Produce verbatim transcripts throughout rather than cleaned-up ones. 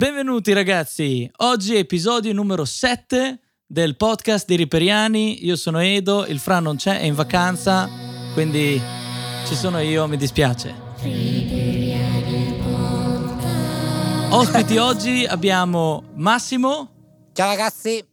Benvenuti ragazzi, oggi è episodio numero sette del podcast dei Riperiani. Io sono Edo, il Fra non c'è, è in vacanza, quindi ci sono io, mi dispiace. Ospiti oggi abbiamo Massimo. Ciao ragazzi.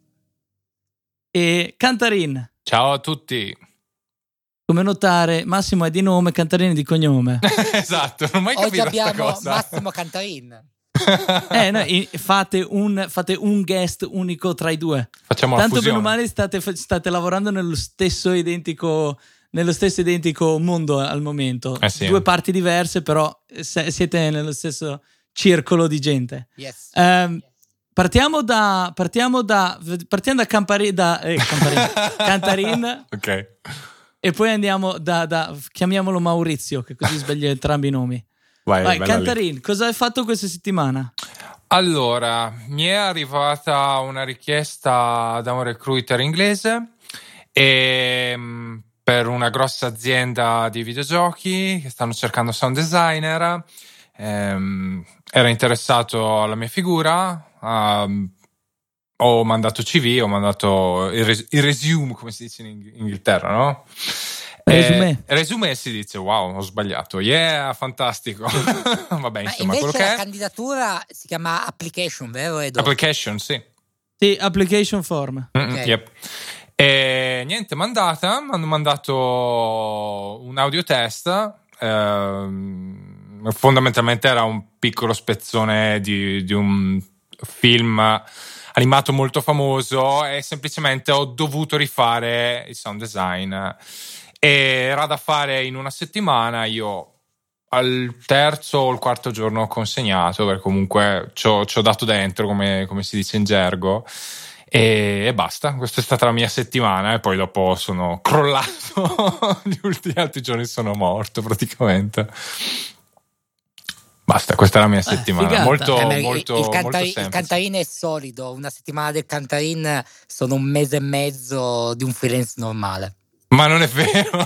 E Cantarin. Ciao a tutti. Come notare, Massimo è di nome, Cantarin è di cognome. Esatto, non ho mai capito Oggi questa abbiamo cosa. Massimo Cantarin. Eh, no, fate, un, fate un guest unico tra i due. Facciamo Tanto la fusione. bene o male state, state lavorando nello stesso identico nello stesso identico mondo al momento. Eh sì. Due parti diverse, però se, siete nello stesso circolo di gente. Yes. Um, partiamo da partiamo da partiamo da Campari, da eh, Camparin, Cantarin. Ok. E poi andiamo da, da chiamiamolo Maurizio, che così sbaglio entrambi i nomi. Vai, Vai, bella Cantarin, lì. cosa hai fatto questa settimana? Allora, mi è arrivata una richiesta da un recruiter inglese e, mh, per una grossa azienda di videogiochi che stanno cercando sound designer. Ehm, era interessato alla mia figura. Um, ho mandato C V, ho mandato il, res- il resume, come si dice in Ing- Inghilterra, no? Resume. Eh, resume si dice wow, ho sbagliato. Yeah, fantastico. Vabbè, Ma insomma, invece quello che la è. candidatura si chiama application, vero Edo? Application, sì. Sì, application form. Mm, Ok. yep. E niente, mandata, mi hanno mandato un audio test. ehm, fondamentalmente era un piccolo spezzone di, di un film animato molto famoso e semplicemente ho dovuto rifare il sound design. E era da fare in una settimana. Io al terzo o il quarto giorno ho consegnato, perché comunque ci ho, ci ho dato dentro, come, come si dice in gergo, e, e basta. Questa è stata la mia settimana e poi dopo sono crollato. Gli ultimi altri giorni sono morto praticamente. Basta, questa è la mia settimana. figata. molto, Eh, ma il- molto, il, molto Cantari- il semplice. Cantarin è solido. Una settimana del Cantarin sono un mese e mezzo di un freelance normale. Ma non è vero.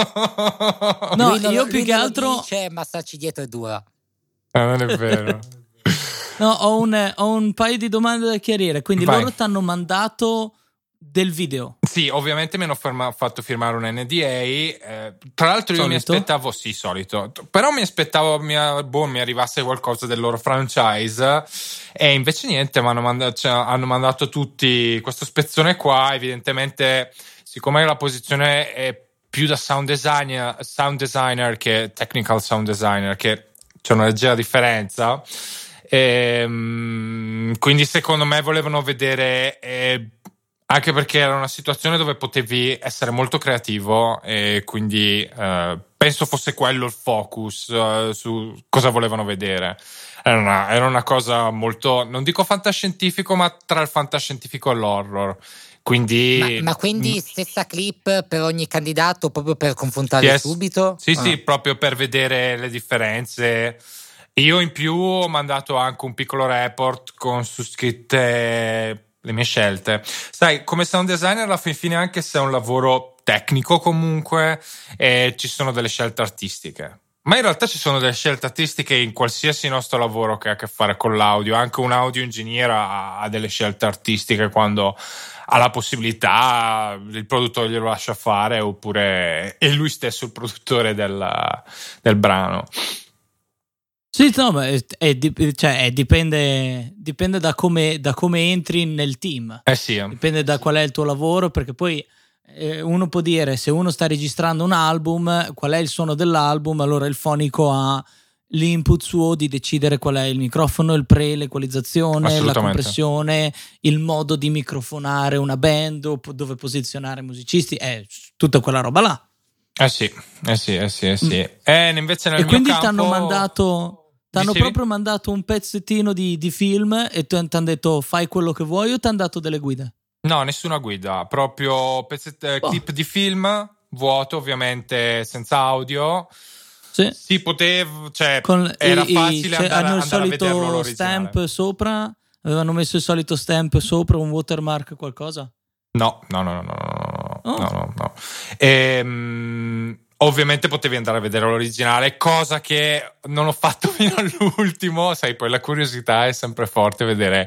No, Lui non io lo- più lui che non lo altro- dice, ma starci dietro è dura. Ah, non è vero. No, ho un, ho un paio di domande da chiarire. Quindi Vai. loro ti hanno mandato del video. Sì, ovviamente mi hanno ferma- fatto firmare un N D A. Eh, tra l'altro, io mi Solito? aspettavo, sì, solito, però mi aspettavo mi, boh, mi arrivasse qualcosa del loro franchise. E invece niente, mi hanno mandato, cioè, hanno mandato tutti questo spezzone qua. Evidentemente, siccome la posizione è più da sound designer, sound designer che technical sound designer, che c'è una leggera differenza. Ehm, quindi secondo me volevano vedere, eh, anche perché era una situazione dove potevi essere molto creativo, e quindi eh, penso fosse quello il focus, eh, su cosa volevano vedere. Era una, era una cosa molto, non dico fantascientifico, ma tra il fantascientifico e l'horror. Quindi, Ma, ma quindi stessa clip per ogni candidato, proprio per confrontarli Yes. subito? Sì, Ah. sì, proprio per vedere le differenze. Io in più ho mandato anche un piccolo report con su scritte le mie scelte. Sai, come sound designer alla fin fine, anche se è un lavoro tecnico comunque, eh, ci sono delle scelte artistiche. Ma in realtà ci sono delle scelte artistiche in qualsiasi nostro lavoro che ha a che fare con l'audio. Anche un audio ingegnere ha, ha delle scelte artistiche quando ha la possibilità, il produttore glielo lascia fare, oppure è lui stesso il produttore del, del brano. Sì, no, ma è, è dip- cioè, è dipende, dipende da come, da come entri nel team. Eh sì, Dipende da qual è il tuo lavoro, perché poi eh, uno può dire, se uno sta registrando un album, qual è il suono dell'album, allora il fonico ha l'input suo di decidere qual è il microfono, il pre, l'equalizzazione, la Assolutamente. compressione, il modo di microfonare una band, o po- dove posizionare i musicisti, è tutta quella roba là. eh sì, eh sì, eh sì, eh sì. E invece nel E mio quindi campo... ti hanno mandato... Ti hanno Dicevi? proprio mandato un pezzettino di, di film e ti hanno detto fai quello che vuoi, o ti hanno dato delle guide? No, nessuna guida, proprio pezzet- eh, Oh. clip di film, vuoto ovviamente, senza audio. Sì. Si poteva, cioè Con era i- i- facile cioè, andare, hanno il andare a vederlo solito l'originale. stamp sopra, avevano messo il solito stamp sopra, un watermark, qualcosa? No, no, no, no, no, no, Oh. no, no, no. Ehm, ovviamente potevi andare a vedere l'originale, cosa che non ho fatto fino all'ultimo. Sai, poi la curiosità è sempre forte, vedere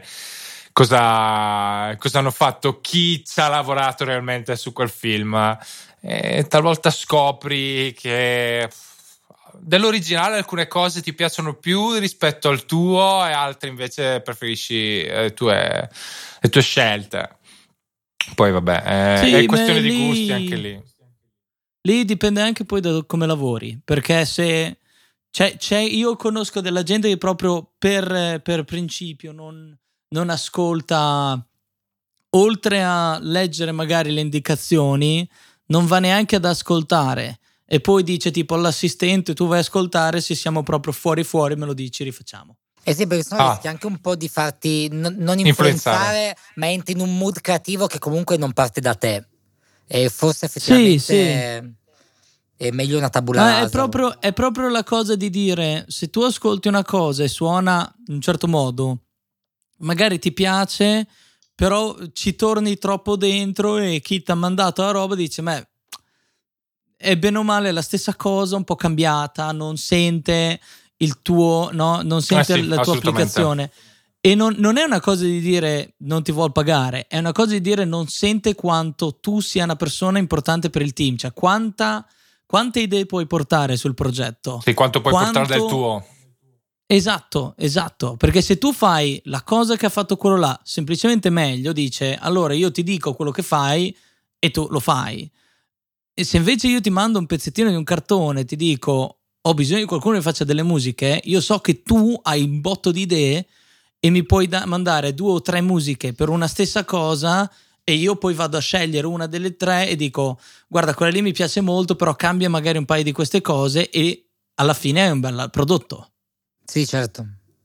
cosa, cosa hanno fatto, chi ci ha lavorato realmente su quel film. E talvolta scopri che dell'originale alcune cose ti piacciono più rispetto al tuo, e altre invece preferisci le tue, le tue scelte. Poi vabbè, è, Sì, è questione beh, di lì- gusti anche lì. Lì dipende anche poi da come lavori, perché se c'è, c'è- io conosco della gente che proprio per, per principio non, non ascolta, oltre a leggere magari le indicazioni, non va neanche ad ascoltare, e poi dice tipo all'assistente: tu vai a ascoltare, se siamo proprio fuori fuori me lo dici, rifacciamo. Eh sì, perché sennò Ah. rischi anche un po' di farti non, non Influenzare. influenzare, ma entri in un mood creativo che comunque non parte da te. E forse effettivamente Sì, sì. è meglio una tabula Ma rasa. è proprio, è proprio la cosa di dire: se tu ascolti una cosa e suona in un certo modo, magari ti piace, però ci torni troppo dentro, e chi ti ha mandato la roba dice: ma è bene o male la stessa cosa, un po' cambiata, non sente il tuo, no? Non sente Eh sì, la tua assolutamente. applicazione. E non, non è una cosa di dire non ti vuol pagare, è una cosa di dire non sente quanto tu sia una persona importante per il team, cioè quanta, quante idee puoi portare sul progetto. Sì, quanto puoi Quanto- portare del tuo. Esatto, esatto, perché se tu fai la cosa che ha fatto quello là semplicemente meglio, dice: allora io ti dico quello che fai e tu lo fai. E se invece io ti mando un pezzettino di un cartone e ti dico: ho bisogno di qualcuno che faccia delle musiche, io so che tu hai un botto di idee e mi puoi da- mandare due o tre musiche per una stessa cosa, e io poi vado a scegliere una delle tre e dico: guarda, quella lì mi piace molto, però cambia magari un paio di queste cose, e alla fine è un bel prodotto. Sì, certo.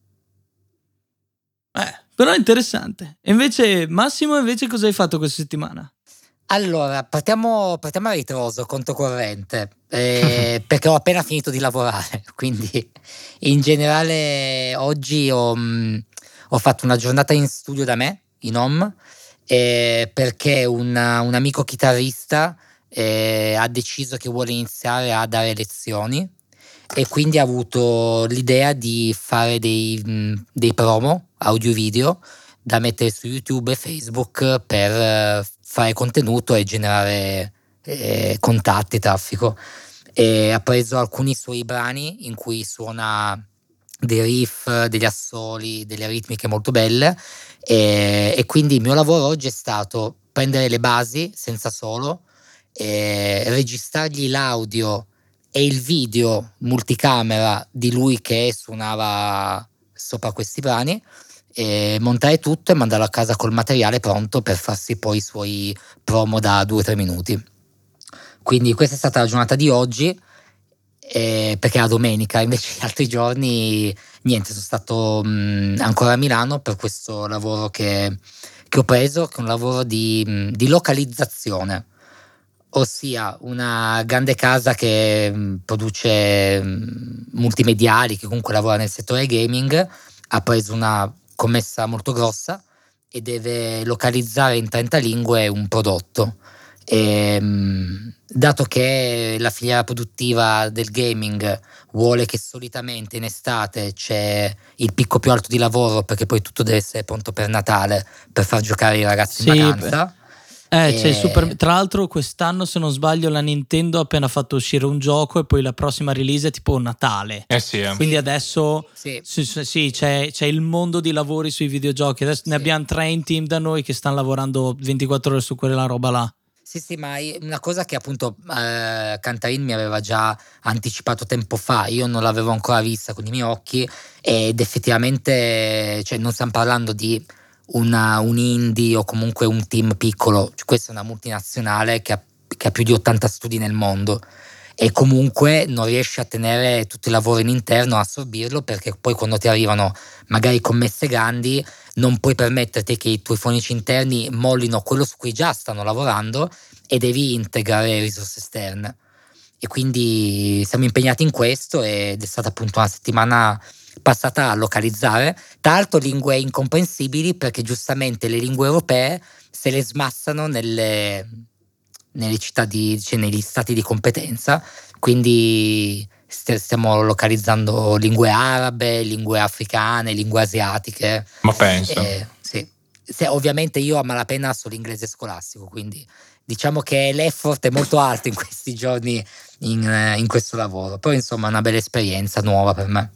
Eh, però è interessante. E invece, Massimo, invece cosa hai fatto questa settimana? Allora, partiamo, partiamo a ritroso, controcorrente, eh, perché ho appena finito di lavorare, quindi in generale oggi ho, mh, ho fatto una giornata in studio da me, in home, eh, perché una- un amico chitarrista eh, ha deciso che vuole iniziare a dare lezioni, e quindi ha avuto l'idea di fare dei, mh, dei promo audio e video da mettere su YouTube e Facebook per eh, fare contenuto e generare eh, contatti, traffico. E ha preso alcuni suoi brani in cui suona dei riff, degli assoli, delle ritmiche molto belle, e, e quindi il mio lavoro oggi è stato prendere le basi senza solo, e registrargli l'audio e il video multicamera di lui che suonava sopra questi brani, e montare tutto e mandarlo a casa col materiale pronto per farsi poi i suoi promo da due o tre minuti. Quindi questa è stata la giornata di oggi, eh, perché era domenica. Invece gli altri giorni niente, sono stato mh, ancora a Milano per questo lavoro che, che ho preso, che è un lavoro di, mh, di localizzazione, ossia una grande casa che mh, produce mh, multimediali, che comunque lavora nel settore gaming, ha preso una commessa molto grossa e deve localizzare in trenta lingue un prodotto. E, mh, dato che la filiera produttiva del gaming vuole che solitamente in estate c'è il picco più alto di lavoro, perché poi tutto deve essere pronto per Natale per far giocare i ragazzi in Sì, vacanza. Eh, c'è il E- Super... Tra l'altro quest'anno, se non sbaglio, la Nintendo ha appena fatto uscire un gioco, e poi la prossima release è tipo Natale. Eh sì, eh. Quindi adesso Sì. sì, sì, sì, c'è, c'è il mondo di lavori sui videogiochi. Adesso ne Sì. abbiamo tre in team da noi che stanno lavorando ventiquattro ore su quella roba là. Sì, sì, ma è una cosa che appunto eh, Cantarin mi aveva già anticipato tempo fa, io non l'avevo ancora vista con i miei occhi, ed effettivamente, cioè, non stiamo parlando di una, un indie o comunque un team piccolo, cioè, questa è una multinazionale che ha, che ha più di ottanta studi nel mondo, e comunque non riesce a tenere tutto il lavoro in interno, a assorbirlo, perché poi quando ti arrivano magari commesse grandi non puoi permetterti che i tuoi fonici interni mollino quello su cui già stanno lavorando, e devi integrare risorse esterne. E quindi siamo impegnati in questo, ed è stata appunto una settimana passata a localizzare, tra l'altro lingue incomprensibili, perché giustamente le lingue europee se le smassano nelle, nelle città di, cioè negli stati di competenza, quindi st- stiamo localizzando lingue arabe, lingue africane, lingue asiatiche. Ma pensa. Eh, sì. Se, ovviamente io a malapena so l'inglese scolastico, quindi diciamo che l'effort è molto alto in questi giorni in, in questo lavoro, però insomma è una bella esperienza nuova per me.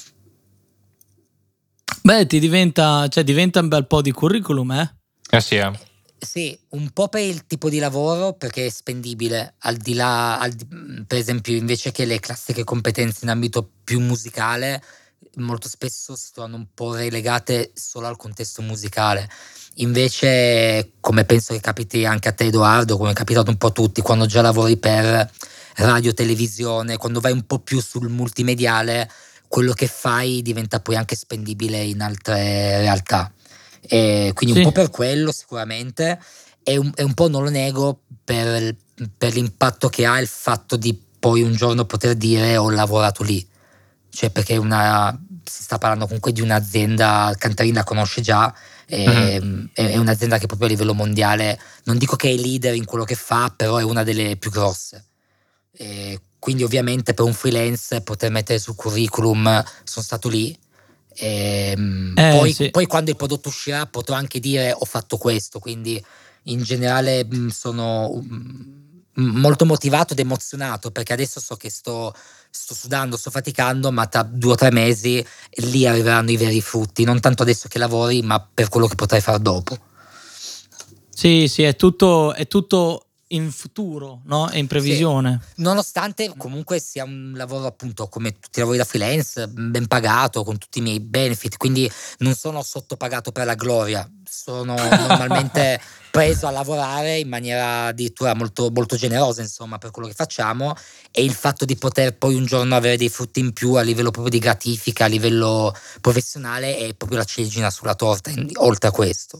Beh, ti diventa, cioè diventa un bel po' di curriculum, eh? Eh sì, eh. Sì, un po' per il tipo di lavoro, perché è spendibile, al di là, al di- per esempio, invece che le classiche competenze in ambito più musicale, molto spesso si trovano un po' relegate solo al contesto musicale. Invece, come penso che capiti anche a te, Edoardo, come è capitato un po' a tutti, quando già lavori per radio, televisione, quando vai un po' più sul multimediale, quello che fai diventa poi anche spendibile in altre realtà. E quindi Sì. un po' per quello sicuramente, e un, e un po' non lo nego per, per l'impatto che ha il fatto di poi un giorno poter dire ho lavorato lì, cioè perché una, si sta parlando comunque di un'azienda, Cantarini la conosce già, e, Mhm. è, è un'azienda che proprio a livello mondiale, non dico che è leader in quello che fa, però è una delle più grosse. E quindi ovviamente per un freelance poter mettere sul curriculum sono stato lì. E, Eh, poi, sì. poi quando il prodotto uscirà potrò anche dire ho fatto questo, quindi in generale mh, sono mh, molto motivato ed emozionato, perché adesso so che sto, sto sudando, sto faticando, ma tra due o tre mesi lì arriveranno i veri frutti, non tanto adesso che lavori, ma per quello che potrai fare dopo. Sì, sì, è tutto, è tutto in futuro, no? È in previsione. Sì. Nonostante comunque sia un lavoro appunto come tutti i lavori da freelance, ben pagato, con tutti i miei benefit, quindi non sono sottopagato per la gloria, sono normalmente preso a lavorare in maniera addirittura molto, molto generosa, insomma, per quello che facciamo, e il fatto di poter poi un giorno avere dei frutti in più a livello proprio di gratifica, a livello professionale, è proprio la ciliegina sulla torta, in- oltre a questo.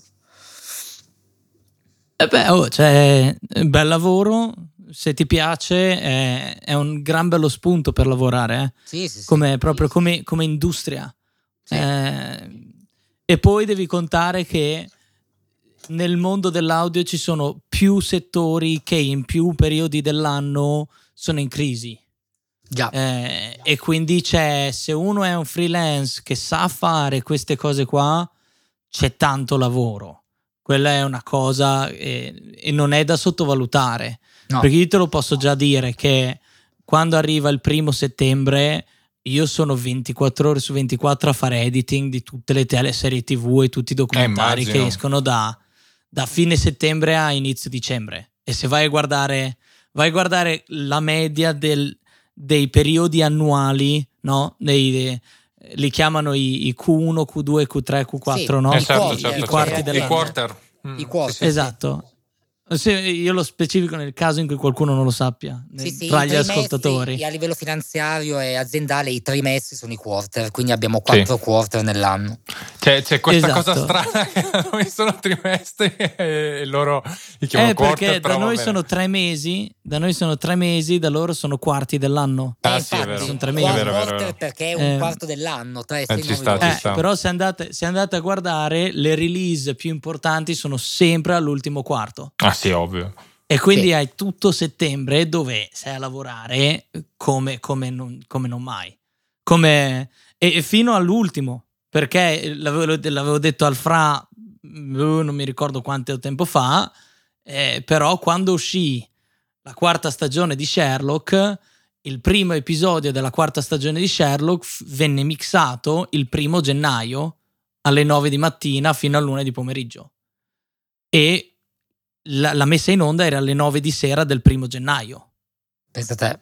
E beh, oh, cioè, bel lavoro, se ti piace, è, è un gran bello spunto per lavorare, eh? Sì, sì, sì. Come, proprio come, come industria. Sì. Eh, e poi devi contare che nel mondo dell'audio ci sono più settori che in più periodi dell'anno sono in crisi. Già. Eh, e quindi c'è, se uno è un freelance che sa fare queste cose qua, c'è tanto lavoro. Quella è una cosa eh, e non è da sottovalutare. No. Perché io te lo posso già dire che quando arriva il primo settembre io sono ventiquattro ore su ventiquattro a fare editing di tutte le teleserie tivù e tutti i documentari Eh, che escono da, da fine settembre a inizio dicembre. E se vai a guardare, vai a guardare la media del, dei periodi annuali, no? Dei, dei, li chiamano i, i Q uno, Q due, Q tre, Q quattro, Sì, no? Eh, i certo, quarti, certo, i quarti certo. dell'anno. I quarter. Mm, I quarter, sì, sì. Esatto. Sì, io lo specifico nel caso in cui qualcuno non lo sappia, Sì, sì, tra i gli trimestri, ascoltatori. a livello finanziario e aziendale i trimestri sono i quarter, quindi abbiamo quattro Sì. quarter nell'anno. C'è, c'è questa Esatto. cosa strana che da noi sono trimestri e loro li chiamano Eh, quarter, perché però da va noi bene. sono tre mesi, da noi sono tre mesi, da loro sono quarti dell'anno. Ah, eh, sì, è infatti, vero. Sono tre È mesi. vero, è vero, è quarter vero. perché è un Eh, quarto dell'anno, tre, Eh, sei, ci nove, sta, ci dodici. Eh, sta. però se andate, se andate a guardare, le release più importanti sono sempre all'ultimo quarto. Ah sì, ovvio. E quindi Sì. hai tutto settembre dove sei a lavorare come, come, non, come non mai. Come, e, e fino all'ultimo, perché l'avevo, l'avevo detto al Fra, non mi ricordo quanto tempo fa, eh, però quando uscì la quarta stagione di Sherlock, il primo episodio della quarta stagione di Sherlock f- venne mixato il primo gennaio alle nove di mattina fino all'una di pomeriggio. E la, la messa in onda era alle nove di sera del primo gennaio. Pensa a te.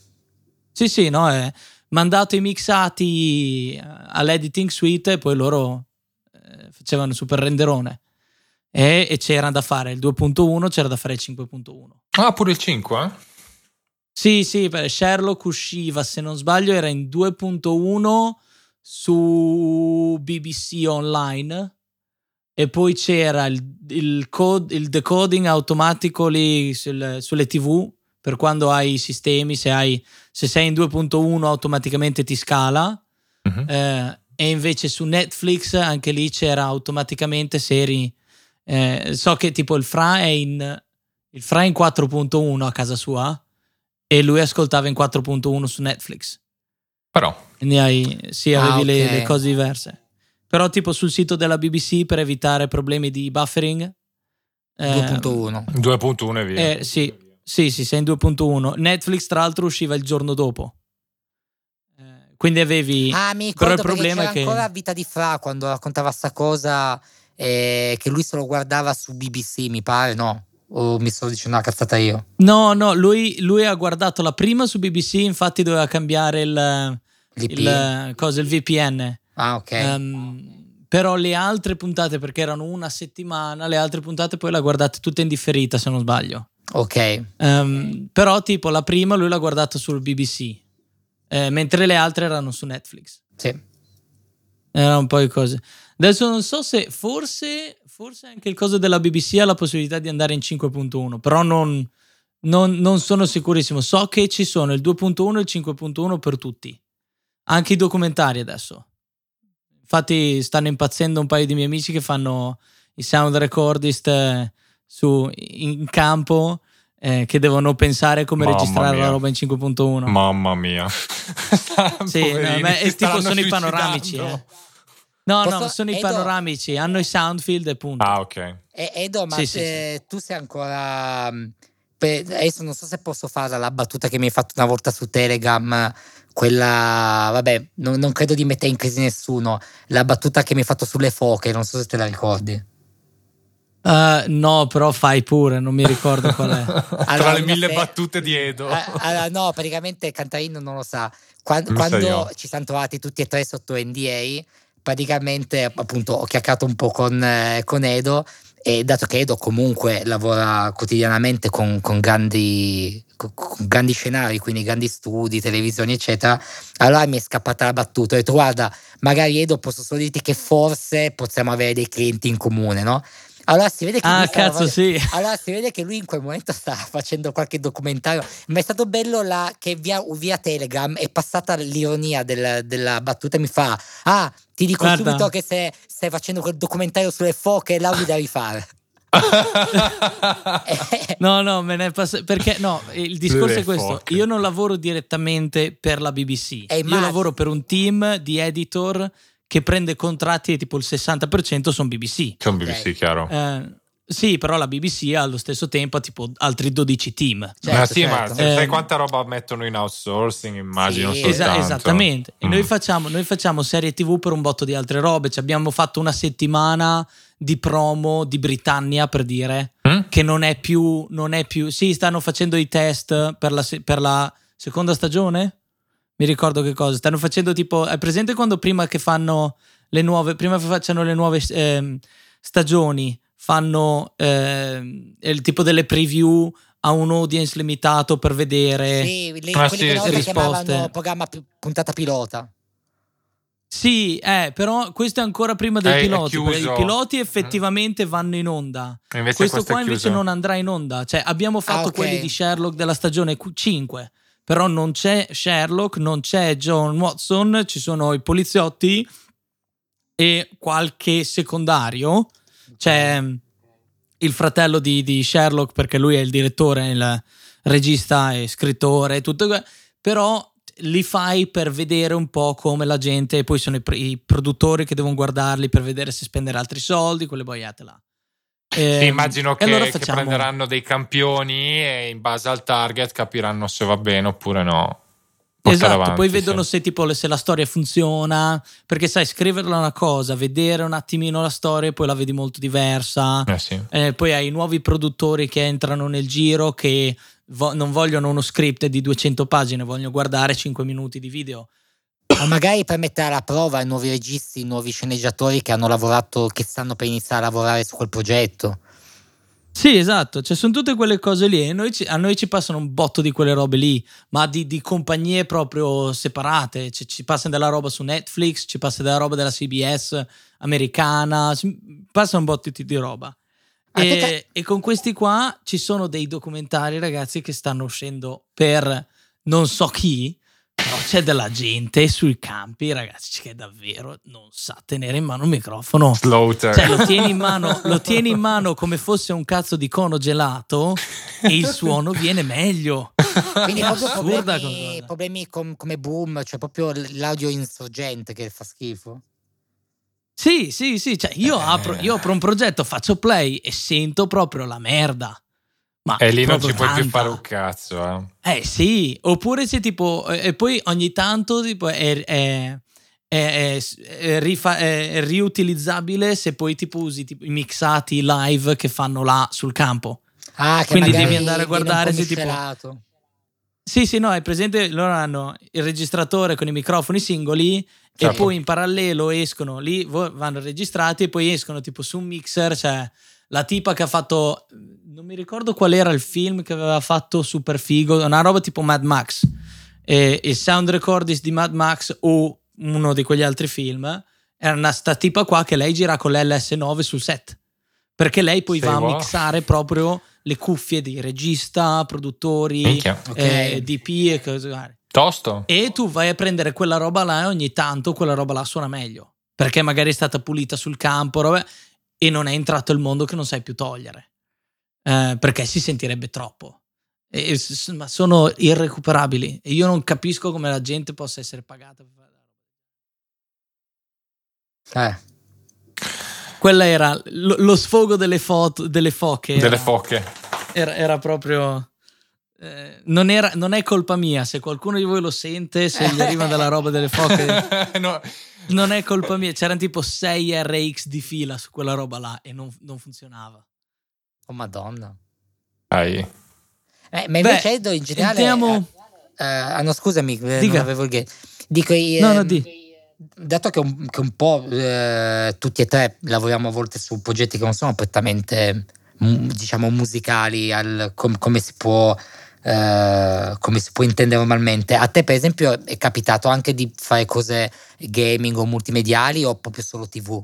Sì, sì, no, è mandato i mixati all'editing suite e poi loro eh, facevano il super renderone. E, e c'era da fare il due punto uno, c'era da fare il cinque punto uno. Ah, pure il cinque, eh? Sì, sì, per Sherlock usciva, se non sbaglio, era in due punto uno su B B C Online. E poi c'era il, il, code, il decoding automatico lì sul, sulle tivù per quando hai i sistemi, se, hai, se sei in due punto uno automaticamente ti scala. Mm-hmm. Eh, e invece su Netflix anche lì c'era automaticamente serie. Eh, so che tipo il Fra è in, il Fra è in quattro punto uno a casa sua e lui ascoltava in quattro punto uno su Netflix. Però Quindi hai, sì, avevi Ah, le, ok. le cose diverse. Però tipo sul sito della B B C, per evitare problemi di buffering, due ehm, punto uno. due punto uno e via. eh, sì, sì, sì, sei in due punto uno. Netflix tra l'altro usciva il giorno dopo. Eh, quindi avevi... Ah, mi però ricordo il perché problema c'era è che... ancora Vita di Fra quando raccontava sta cosa, eh, che lui se lo guardava su B B C, mi pare, no? O mi sto dicendo una cazzata io? No, no, lui, lui ha guardato la prima su B B C, infatti doveva cambiare il, L'I P? il, cosa, il V P N. Ah, ok. Ehm, però le altre puntate, perché erano una settimana, le altre puntate poi le ha guardate tutte in differita, se non sbaglio. Ok. Ehm, però tipo la prima lui l'ha guardata sul B B C, eh, mentre le altre erano su Netflix. Sì. Erano un po' di cose. Adesso non so se forse, forse anche il coso della B B C ha la possibilità di andare in cinque punto uno, però non, non, non sono sicurissimo. So che ci sono il due punto uno e il cinque punto uno per tutti, anche i documentari adesso. Infatti stanno impazzendo un paio di miei amici che fanno i sound recordist eh, su, in campo, eh, che devono pensare come Mamma registrare mia. la roba in cinque punto uno. Mamma mia. Sì, Poverini, no, ma è si tipo staranno sono i suicidando. panoramici, eh. No, Posso- no, sono i Edo- panoramici, hanno i soundfield e punto. Ah, ok. E- Edo, ma Sì, sì, eh, tu sei ancora... mh, per- adesso non so se posso fare la battuta che mi hai fatto una volta su Telegram, quella... Vabbè, non, non credo di mettere in crisi nessuno. La battuta che mi hai fatto sulle foche, non so se te la ricordi. Uh, no, però fai pure, non mi ricordo qual è. Tra Allora, le una mille fe- battute di Edo. Ah, allora, no, praticamente Cantarino non lo sa. Quan- Mi sa Quando, io. ci siamo trovati tutti e tre sotto N D A, praticamente appunto ho chiacchierato un po' con, eh, con Edo, e dato che Edo comunque lavora quotidianamente con, con grandi, con, con grandi scenari, quindi grandi studi, televisioni, eccetera, allora mi è scappata la battuta. Ho detto, guarda, magari Edo, posso solo dirti che forse possiamo avere dei clienti in comune, no? Allora si vede che lui Ah, stava cazzo, facendo- sì. allora si vede che lui in quel momento stava facendo qualche documentario, ma è stato bello la, che via, via Telegram è passata l'ironia del- della battuta e mi fa, ah, ti dico Guarda. subito che se stai facendo quel documentario sulle foche, l'audio da rifare. No, no, me ne passa perché no, il discorso Le è questo. foche. Io non lavoro direttamente per la B B C. Eh, Io immagino. lavoro per un team di editor che prende contratti e tipo il sessanta per cento sono B B C. C'è un B B C, chiaro. Eh, sì, però la B B C allo stesso tempo ha tipo altri dodici team. Certo, ma sì, certo. ma se- sai Eh, quanta roba mettono in outsourcing, immagino Sì, soltanto. Esa- esattamente. E Mm. noi facciamo, noi facciamo serie tivù per un botto di altre robe. Ci abbiamo fatto una settimana di promo di Britannia, per dire, Mm? che non è più, non è più. Sì, stanno facendo i test per la, se- per la seconda stagione. Mi ricordo che cosa. Stanno facendo tipo. È presente quando prima che fanno le nuove. Prima che facciano le nuove ehm, stagioni, fanno ehm, il tipo delle preview a un audience limitato per vedere. Sì, le, Ah, quelli sì, che una sì. volta Risposte. chiamavano programma pi- puntata pilota. Sì, eh, però questo è ancora prima dei È- è piloti. Perché chiuso. i piloti effettivamente vanno in onda. E invece Questo questo qua è invece chiuso. non andrà in onda. Cioè, abbiamo fatto Ah, ok. quelli di Sherlock della stagione cinque, però non c'è Sherlock, non c'è John Watson, ci sono i poliziotti e qualche secondario. C'è mm, il fratello di, di Sherlock, perché lui è il direttore, il regista e scrittore, tutto que- però li fai per vedere un po' come la gente, e poi sono i, pr- i produttori che devono guardarli per vedere se spendere altri soldi, quelle boiate là. Sì, Ehm, immagino e che, allora che facciamo- prenderanno dei campioni e in base al target capiranno se va bene oppure no. Portare Esatto, avanti, poi sì. vedono se tipo le- se la storia funziona, perché sai, scriverla è una cosa, vedere un attimino la storia poi la vedi molto diversa. Eh sì. Eh, poi hai i nuovi produttori che entrano nel giro, che vo- non vogliono uno script di duecento pagine, vogliono guardare cinque minuti di video. Ma magari per mettere alla prova i nuovi registi, i nuovi sceneggiatori che hanno lavorato, che stanno per iniziare a lavorare su quel progetto. Sì, esatto, cioè sono tutte quelle cose lì e noi ci- a noi ci passano un botto di quelle robe lì, ma di, di compagnie proprio separate. Cioè, ci passa della roba su Netflix, ci passa della roba della C B S americana, ci passa un botto di, di roba. Ah, te E, ca- e con questi qua ci sono dei documentari, ragazzi, che stanno uscendo per non so chi, Però c'è della gente sui campi, ragazzi, che davvero non sa tenere in mano un microfono. Slaughter. Cioè lo tieni in mano, lo tieni in mano come fosse un cazzo di cono gelato e il suono viene meglio. Quindi È proprio assurda problemi, cosa. problemi com- come boom, cioè proprio l'audio insorgente che fa schifo. Sì, sì, sì, cioè io Eh. apro, io apro un progetto, faccio play e sento proprio la merda. Ma E lì non proprio ci puoi più tanta. fare un cazzo, eh. Eh sì, oppure se tipo, e poi ogni tanto tipo è, è, è, è, è rifa- è riutilizzabile se poi tipo usi tipo i mixati live che fanno là sul campo. Ah, che Quindi magari devi andare a viene un guardare po' se tipo... miscelato. Sì, sì, no, è presente, loro hanno il registratore con i microfoni singoli Certo. e poi in parallelo escono, lì vo- vanno registrati e poi escono tipo su un mixer, cioè la tipa che ha fatto, non mi ricordo qual era il film che aveva fatto super figo, una roba tipo Mad Max, e il sound recordist di Mad Max o uno di quegli altri film, era una sta tipa qua che lei gira con l'L S nove sul set, perché lei poi Sei va a wow. mixare proprio le cuffie di regista, produttori, Minchia. Ok. eh, D P e cose varie. Tosto. E tu vai a prendere quella roba là e ogni tanto quella roba là suona meglio, perché magari è stata pulita sul campo, roba, e non è entrato il mondo che non sai più togliere, eh, perché si sentirebbe troppo. E- e s- ma sono irrecuperabili e io non capisco come la gente possa essere pagata per fare. Eh. Quella era lo, lo sfogo delle foto delle foche, Delle era, foche. era, era proprio eh, non, era, non è colpa mia se qualcuno di voi lo sente, se gli arriva dalla roba delle foche. No. Non è colpa mia, c'erano tipo sei R X di fila su quella roba là e non, non funzionava. Oh madonna. Ai. Eh, ma invece Beh, Edo in generale entriamo- eh, eh, ah no scusami, eh, non Dica. avevo il game. Dico eh, No, no, di. dato che un, che un po' eh, tutti e tre lavoriamo a volte su progetti che non sono prettamente mu- diciamo musicali al, com- come si può eh, come si può intendere normalmente, a te per esempio è capitato anche di fare cose gaming o multimediali o proprio solo tivù?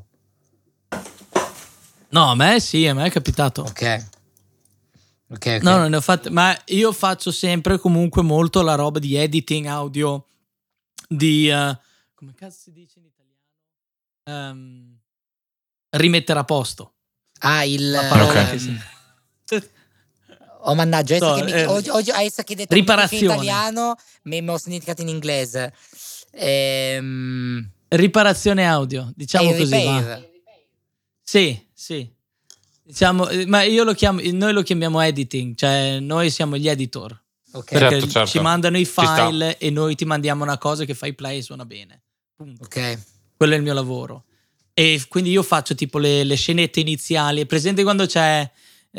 No, a me sì, a me è capitato. Ok. Ok, ok. No, non ne ho fatte, ma io faccio sempre comunque molto la roba di editing audio, di eh, come cazzo si dice in italiano? Ehm, rimettere a posto. Ah, il La parola Ok. che si- oh mannaggia, adesso No, che mi, eh, oggi, oggi adesso che hai detto riparazione. in italiano mi, mi ho dimenticato in inglese. Ehm, Riparazione audio, diciamo eh, così. Va. repair. Sì, sì. Diciamo, eh, ma io lo chiamo, noi lo chiamiamo editing, cioè noi siamo gli editor. Ok. Certo, Perché certo. ci mandano i sta. file e noi ti mandiamo una cosa che fai play e suona bene. Punto. Ok. Quello è il mio lavoro. E quindi io faccio tipo le, le scenette iniziali. È presente quando c'è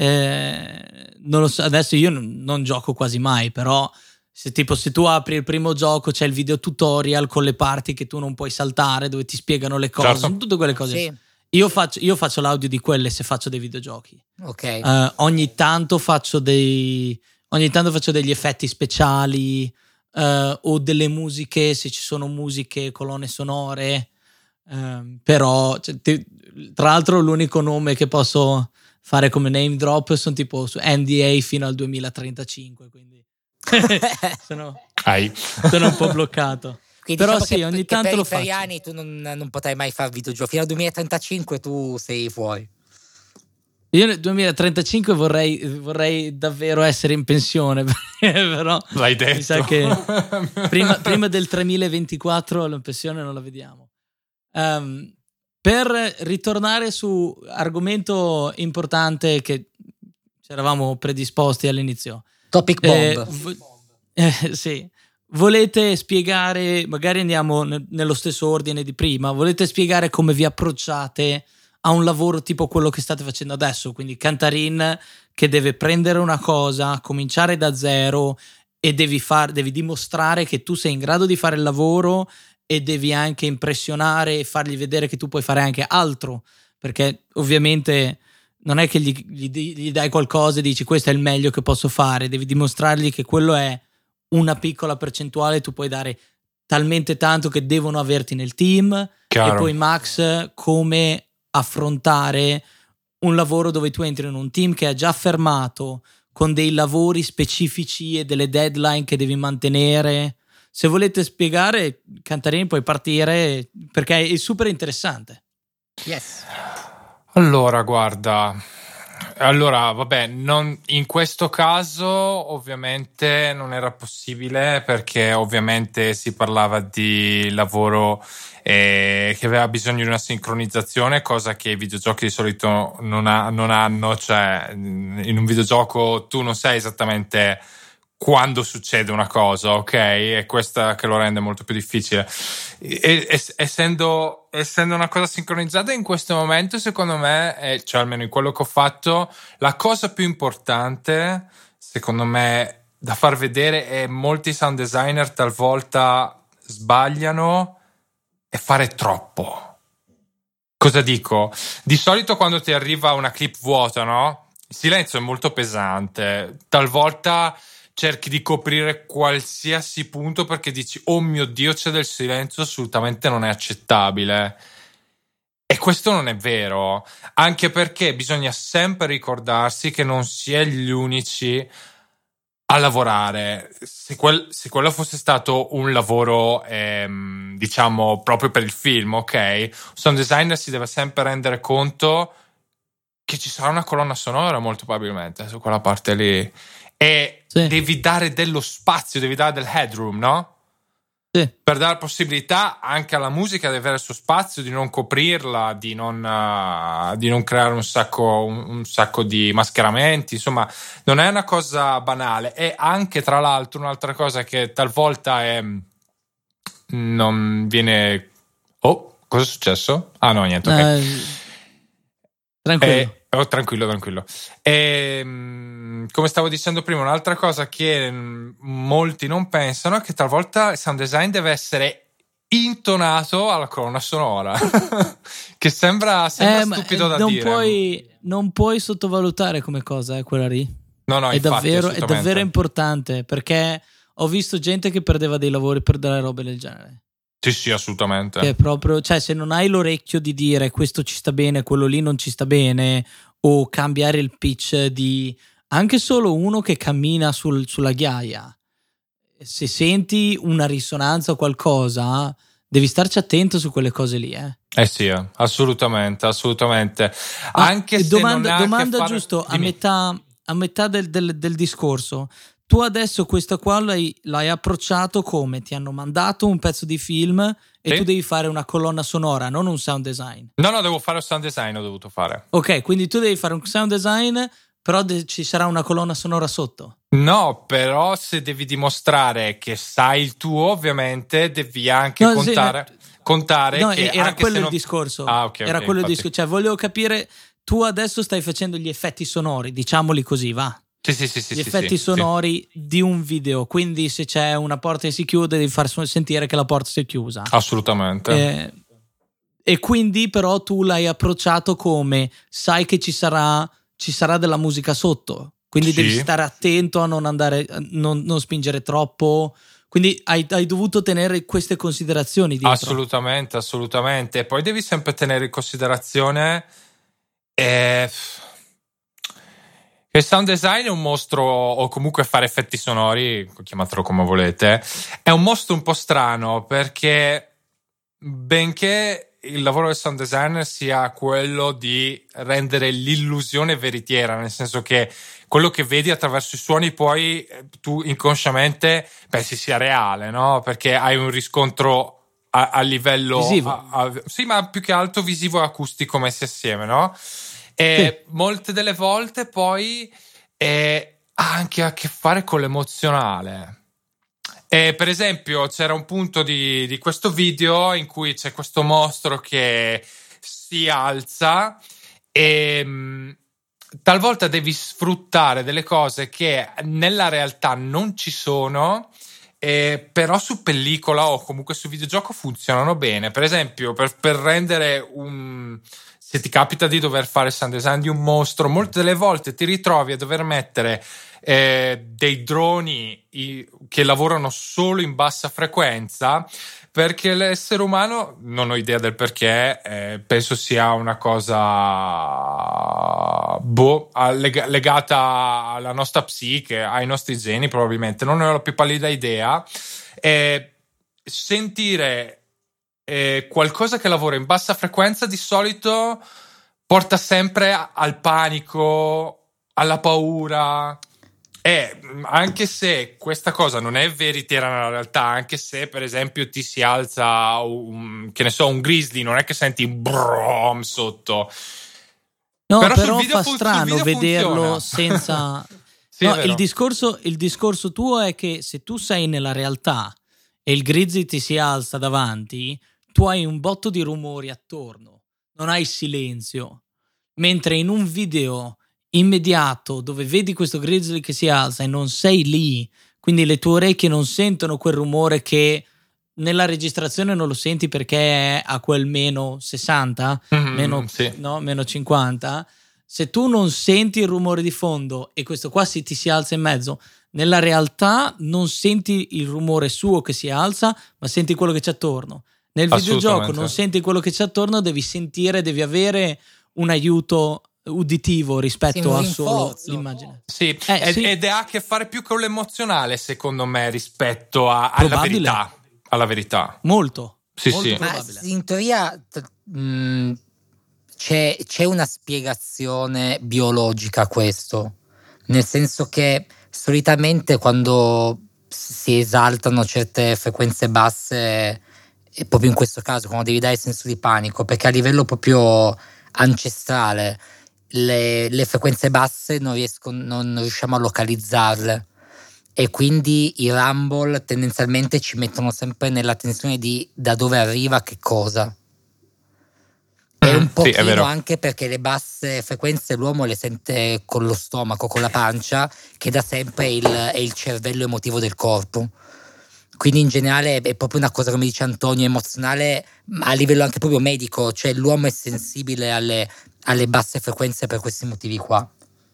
eh, non lo so, adesso io non, non gioco quasi mai, però se tipo se tu apri il primo gioco c'è il video tutorial con le parti che tu non puoi saltare, dove ti spiegano le cose, Certo. sono tutte quelle cose. Sì. Io faccio, io faccio l'audio di quelle se faccio dei videogiochi. Ok. Eh, ogni tanto faccio dei ogni tanto faccio degli effetti speciali eh, o delle musiche, se ci sono musiche, colonne sonore. Eh, però cioè, te- tra l'altro l'unico nome che posso fare come name drop sono tipo su N D A fino al duemilatrentacinque, quindi sono, Ai. sono un po' bloccato. Quindi Però diciamo sì, che, ogni che tanto per lo i faccio. italiani tu non, non potrai mai fare videogiochi. Fino al duemilatrentacinque tu sei fuori. Io nel duemilatrentacinque vorrei, vorrei davvero essere in pensione, però L'hai detto. mi sa che prima, prima del tremilaventiquattro la pensione non la vediamo. Um, per ritornare su argomento importante che ci eravamo predisposti all'inizio. Topic Eh, bomb. vo- eh, sì. Volete spiegare, magari andiamo ne- nello stesso ordine di prima, volete spiegare come vi approcciate a un lavoro tipo quello che state facendo adesso, quindi Cantarin che deve prendere una cosa, cominciare da zero e devi, far, devi dimostrare che tu sei in grado di fare il lavoro e devi anche impressionare e fargli vedere che tu puoi fare anche altro, perché ovviamente non è che gli, gli, gli dai qualcosa e dici questo è il meglio che posso fare, devi dimostrargli che quello è una piccola percentuale, tu puoi dare talmente tanto che devono averti nel team. Chiaro. E poi Max come affrontare un lavoro dove tu entri in un team che è già fermato con dei lavori specifici e delle deadline che devi mantenere, se volete spiegare, Cantarini, puoi partire perché è super interessante. Yes. Allora, guarda, allora, vabbè, non, in questo caso ovviamente non era possibile perché ovviamente si parlava di lavoro eh, che aveva bisogno di una sincronizzazione, cosa che i videogiochi di solito non, ha, non hanno, cioè in un videogioco tu non sai esattamente quando succede una cosa, ok? È questa che lo rende molto più difficile. E, es, essendo, essendo una cosa sincronizzata in questo momento, secondo me, è, cioè almeno in quello che ho fatto, la cosa più importante, secondo me, da far vedere è molti sound designer talvolta sbagliano e fare troppo. Cosa dico? Di solito quando ti arriva una clip vuota, no? Il silenzio è molto pesante. Talvolta cerchi di coprire qualsiasi punto perché dici oh mio Dio c'è del silenzio, assolutamente non è accettabile, e questo non è vero, anche perché bisogna sempre ricordarsi che non si è gli unici a lavorare. Se, quel, se quello fosse stato un lavoro ehm, diciamo proprio per il film, ok, un sound designer si deve sempre rendere conto che ci sarà una colonna sonora molto probabilmente su quella parte lì. E sì, devi dare dello spazio, devi dare del headroom, no? Sì. Per dare possibilità anche alla musica di avere il suo spazio, di non coprirla, di non, uh, di non creare un sacco, un, un sacco di mascheramenti. Insomma, non è una cosa banale. E anche, tra l'altro, un'altra cosa che talvolta è non viene... Oh, cosa è successo? Ah no, niente, ok. Eh, tranquillo. Eh, Oh, tranquillo, tranquillo. E, come stavo dicendo prima, un'altra cosa che molti non pensano è che talvolta il sound design deve essere intonato alla colonna sonora, che sembra, sembra eh, stupido ma, da non dire. Puoi, non puoi sottovalutare come cosa, eh, quella lì. No, no, è, infatti, davvero, è davvero importante, perché ho visto gente che perdeva dei lavori per delle robe del genere. Sì, sì, assolutamente. Che è proprio, cioè, se non hai l'orecchio di dire questo ci sta bene, quello lì non ci sta bene, o cambiare il pitch di anche solo uno che cammina sul, sulla ghiaia, se senti una risonanza o qualcosa, devi starci attento su quelle cose lì, eh. Eh sì, assolutamente, assolutamente. Ah, anche se domanda, non ha domanda che fare... giusto Dimmi. a metà, a metà del, del, del discorso. Tu adesso questa qua l'hai, l'hai approcciato come? Ti hanno mandato un pezzo di film e sì, tu devi fare una colonna sonora, non un sound design. No, no, devo fare un sound design, ho dovuto fare. Ok, quindi tu devi fare un sound design, però de- ci sarà una colonna sonora sotto. No, però se devi dimostrare che sai il tuo, ovviamente devi anche no, contare, sì, contare no, che era anche quello se il non... discorso. Ah, ok, era ok, quello il infatti. discorso. Cioè, volevo capire, tu adesso stai facendo gli effetti sonori, diciamoli così, va? Sì, sì, sì, sì, gli sì, effetti sì, sonori sì. di un video, quindi se c'è una porta che si chiude devi far sentire che la porta si è chiusa, assolutamente. eh, e quindi però tu l'hai approcciato come sai che ci sarà ci sarà della musica sotto, quindi sì, devi stare attento a non andare non, non spingere troppo, quindi hai, hai dovuto tenere queste considerazioni dietro. Assolutamente, assolutamente. E poi devi sempre tenere in considerazione eh, il sound design è un mostro, o comunque fare effetti sonori, chiamatelo come volete, è un mostro un po' strano, perché benché il lavoro del sound designer sia quello di rendere l'illusione veritiera, nel senso che quello che vedi attraverso i suoni poi tu inconsciamente pensi sia reale, no? Perché hai un riscontro a, a livello visivo, a, a, sì, ma più che altro visivo e acustico messi assieme, no? E sì, molte delle volte poi eh, ha anche a che fare con l'emozionale. E per esempio c'era un punto di, di questo video in cui c'è questo mostro che si alza e mh, talvolta devi sfruttare delle cose che nella realtà non ci sono, eh, però su pellicola o comunque su videogioco funzionano bene. Per esempio per, per rendere un... se ti capita di dover fare il sound design di un mostro, molte delle volte ti ritrovi a dover mettere eh, dei droni i, che lavorano solo in bassa frequenza, perché l'essere umano, non ho idea del perché, eh, penso sia una cosa boh, leg- legata alla nostra psiche, ai nostri geni probabilmente, non ne ho la più pallida idea. eh, sentire eh, qualcosa che lavora in bassa frequenza di solito porta sempre a- al panico, alla paura. E anche se questa cosa non è veritiera nella realtà, anche se per esempio ti si alza un, che ne so, un grizzly, non è che senti un brom sotto. No, però, però, sul video fa fu- sul strano video vederlo funziona. senza... Sì, è no, vero. il discorso, il discorso tuo è che se tu sei nella realtà e il grizzly ti si alza davanti, tu hai un botto di rumori attorno, non hai silenzio. Mentre in un video immediato dove vedi questo grizzly che si alza e non sei lì, quindi le tue orecchie non sentono quel rumore che nella registrazione non lo senti perché è a quel meno sessanta, Mhm, meno, sì. no, meno cinquanta. Se tu non senti il rumore di fondo e questo qua si, ti si alza in mezzo, nella realtà non senti il rumore suo che si alza, ma senti quello che c'è attorno. Nel videogioco Assolutamente. non senti quello che c'è attorno, devi sentire, devi avere un aiuto uditivo rispetto Sì, un a solo rinforzo. l'immagine. Sì, Eh, ed, sì. ed ha a che fare più con l'emozionale, secondo me, rispetto a- alla Probabile. verità. Alla verità. Molto. Sì, molto sì. Ma probabile. in teoria t- mh, c'è, c'è una spiegazione biologica a questo, nel senso che solitamente quando si esaltano certe frequenze basse, e proprio in questo caso, quando devi dare il senso di panico, perché a livello proprio ancestrale le, le frequenze basse non, riescono, non riusciamo a localizzarle. E quindi i rumble tendenzialmente ci mettono sempre nella tensione di da dove arriva che cosa. E Mm, un sì, è pochino vero. anche perché le basse frequenze l'uomo le sente con lo stomaco, con la pancia, che da sempre è il, è il cervello emotivo del corpo. Quindi in generale è proprio una cosa, come dice Antonio, emozionale, ma a livello anche proprio medico, cioè l'uomo è sensibile alle, alle basse frequenze per questi motivi qua.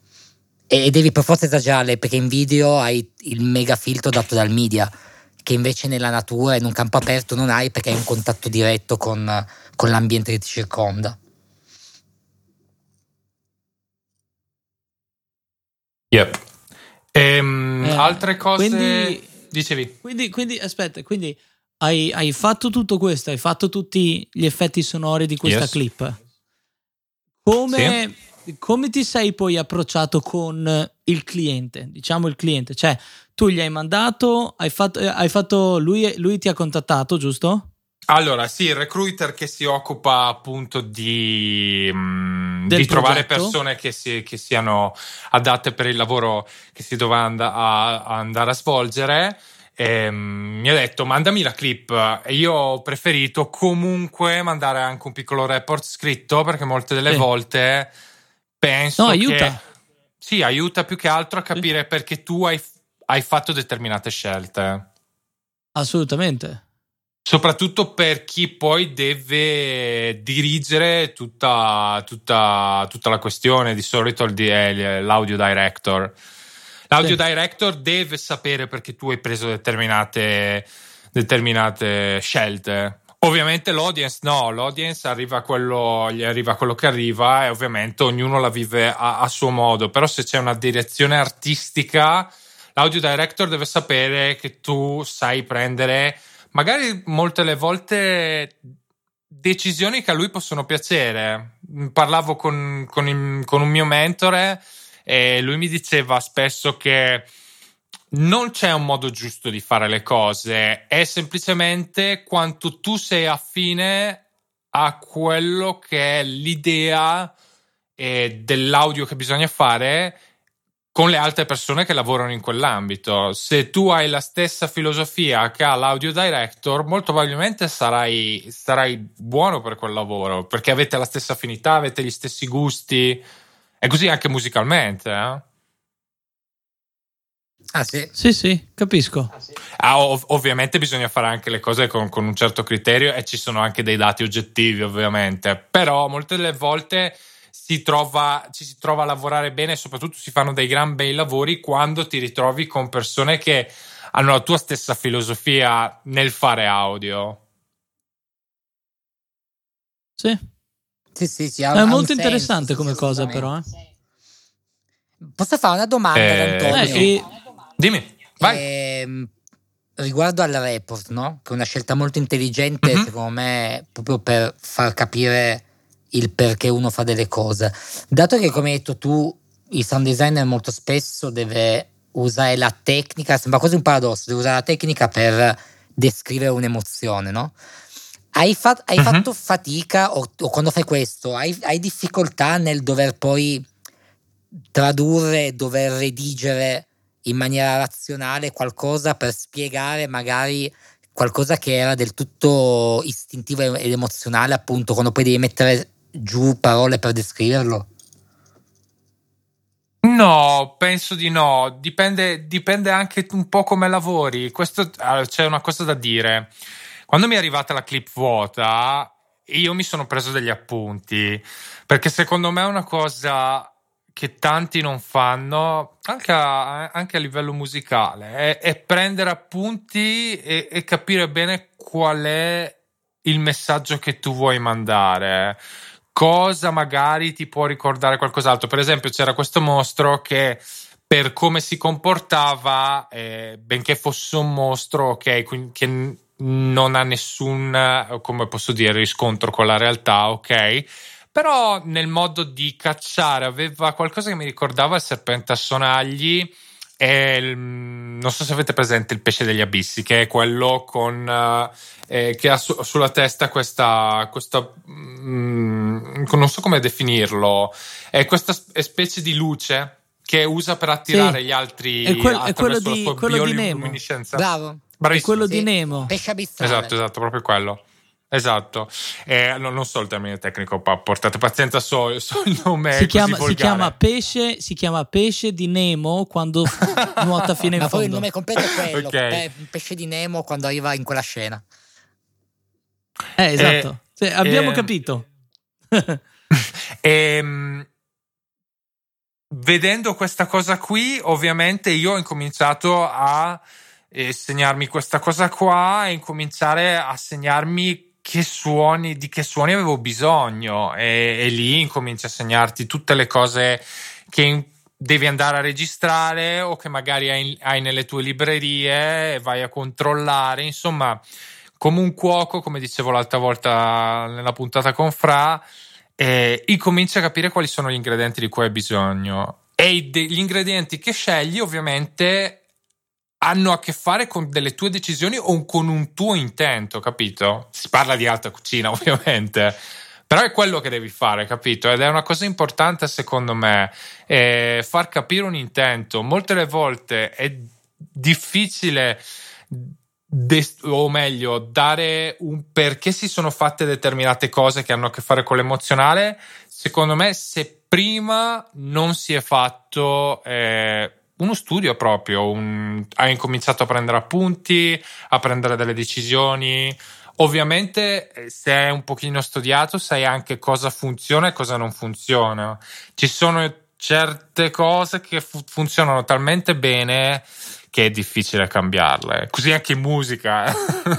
E devi per forza esagerare, perché in video hai il mega filtro dato dal media, che invece nella natura, in un campo aperto, non hai, perché hai un contatto diretto con, con l'ambiente che ti circonda. Yep. Ehm, Eh, altre cose. quindi- Dicevi. Quindi, quindi aspetta, quindi hai, hai fatto tutto questo, hai fatto tutti gli effetti sonori di questa Yes. clip. Come, come ti sei poi approcciato con il cliente? Diciamo il cliente, cioè tu gli hai mandato, hai fatto, eh, hai fatto lui, lui ti ha contattato, giusto? Allora, sì, il recruiter che si occupa appunto di, mh, Del di trovare progetto. persone che, si, che siano adatte per il lavoro che si doveva and- a, a andare a svolgere. E, mh, mi ha detto mandami la clip, e io ho preferito comunque mandare anche un piccolo report scritto, perché molte delle Sì. volte penso No, che aiuta. sì, aiuta più che altro a capire perché tu hai, hai fatto determinate scelte. Assolutamente. Soprattutto per chi poi deve dirigere tutta, tutta, tutta la questione. Di solito il- è l'audio director. L'audio Sì. director deve sapere perché tu hai preso determinate, determinate scelte. Ovviamente l'audience no, l'audience arriva a quello, gli arriva quello che arriva, e ovviamente ognuno la vive a, a suo modo. Però se c'è una direzione artistica, l'audio director deve sapere che tu sai prendere magari molte le volte decisioni che a lui possono piacere. Parlavo con, con, il- con un mio mentore e lui mi diceva spesso che non c'è un modo giusto di fare le cose, è semplicemente quanto tu sei affine a quello che è l'idea eh, dell'audio che bisogna fare con le altre persone che lavorano in quell'ambito. Se tu hai la stessa filosofia che ha l'audio director, molto probabilmente sarai, sarai buono per quel lavoro, perché avete la stessa affinità, avete gli stessi gusti, e così anche musicalmente. Eh? Ah sì, Sì, sì, capisco. Ah, ov- ovviamente bisogna fare anche le cose con, con un certo criterio, e ci sono anche dei dati oggettivi, ovviamente, però molte delle volte si trova, ci si trova a lavorare bene, e soprattutto si fanno dei gran bei lavori quando ti ritrovi con persone che hanno la tua stessa filosofia nel fare audio. Sì. sì, sì, sì, ha- È ha un molto senso, interessante sì, come sì, cosa, assolutamente. però. Eh? Posso fare una domanda ad Eh, Antonio? così. Eh, e- Dimmi, vai. Ehm, riguardo al report, no? Che è una scelta molto intelligente, mm-hmm. secondo me, proprio per far capire il perché uno fa delle cose. Dato che, come hai detto tu, il sound designer molto spesso deve usare la tecnica, sembra quasi un paradosso, deve usare la tecnica per descrivere un'emozione, no? Hai, fa- hai uh-huh. fatto fatica, o, o quando fai questo, hai, hai difficoltà nel dover poi tradurre, dover redigere in maniera razionale qualcosa per spiegare magari qualcosa che era del tutto istintivo ed emozionale, appunto, quando poi devi mettere giù parole per descriverlo? No, penso di no. Dipende, dipende anche un po' come lavori. Questo, c'è una cosa da dire. Quando mi è arrivata la clip vuota, io mi sono preso degli appunti, perché secondo me è una cosa che tanti non fanno, anche a, anche a livello musicale, è, è prendere appunti e, e capire bene qual è il messaggio che tu vuoi mandare. Cosa magari ti può ricordare qualcos'altro. Per esempio, c'era questo mostro che, per come si comportava, eh, benché fosse un mostro, ok, quindi, che non ha nessun, come posso dire, riscontro con la realtà, ok, però nel modo di cacciare aveva qualcosa che mi ricordava il serpente a sonagli. E il, non so se avete presente il pesce degli abissi, che è quello con eh, che ha su, sulla testa questa, questa mh, non so come definirlo, è questa specie di luce che usa per attirare sì. gli altri è quel, attraverso è quello la di, sua quello bioluminescenza. Bravo. Bravissimo. È quello sì. di Nemo. Pesce abissale. Esatto, esatto, proprio quello. Esatto, eh, non, non so il termine tecnico, portate pazienza, so, so il nome. Si chiama, così si chiama pesce, si chiama pesce di Nemo quando nuota fino in Ma fondo. poi il nome completo è quello, okay. pesce di Nemo quando arriva in quella scena. Eh, esatto, eh, sì, abbiamo eh, capito. eh, vedendo questa cosa qui, ovviamente io ho incominciato a eh, segnarmi questa cosa qua e incominciare a segnarmi che suoni, di che suoni avevo bisogno, e, e lì incominci a segnarti tutte le cose che in, devi andare a registrare o che magari hai, hai nelle tue librerie e vai a controllare, insomma, come un cuoco, come dicevo l'altra volta nella puntata con Fra, eh, incominci a capire quali sono gli ingredienti di cui hai bisogno, e gli ingredienti che scegli ovviamente hanno a che fare con delle tue decisioni o con un tuo intento, capito? Si parla di alta cucina, ovviamente, però è quello che devi fare, capito? Ed è una cosa importante, secondo me, eh, far capire un intento. Molte le volte è difficile, dest- o meglio, dare un perché si sono fatte determinate cose che hanno a che fare con l'emozionale. Secondo me, se prima non si è fatto eh, uno studio proprio, un, hai incominciato a prendere appunti, a prendere delle decisioni. Ovviamente, se è un pochino studiato, sai anche cosa funziona e cosa non funziona. Ci sono certe cose che fu- funzionano talmente bene che è difficile cambiarle. Così anche in musica.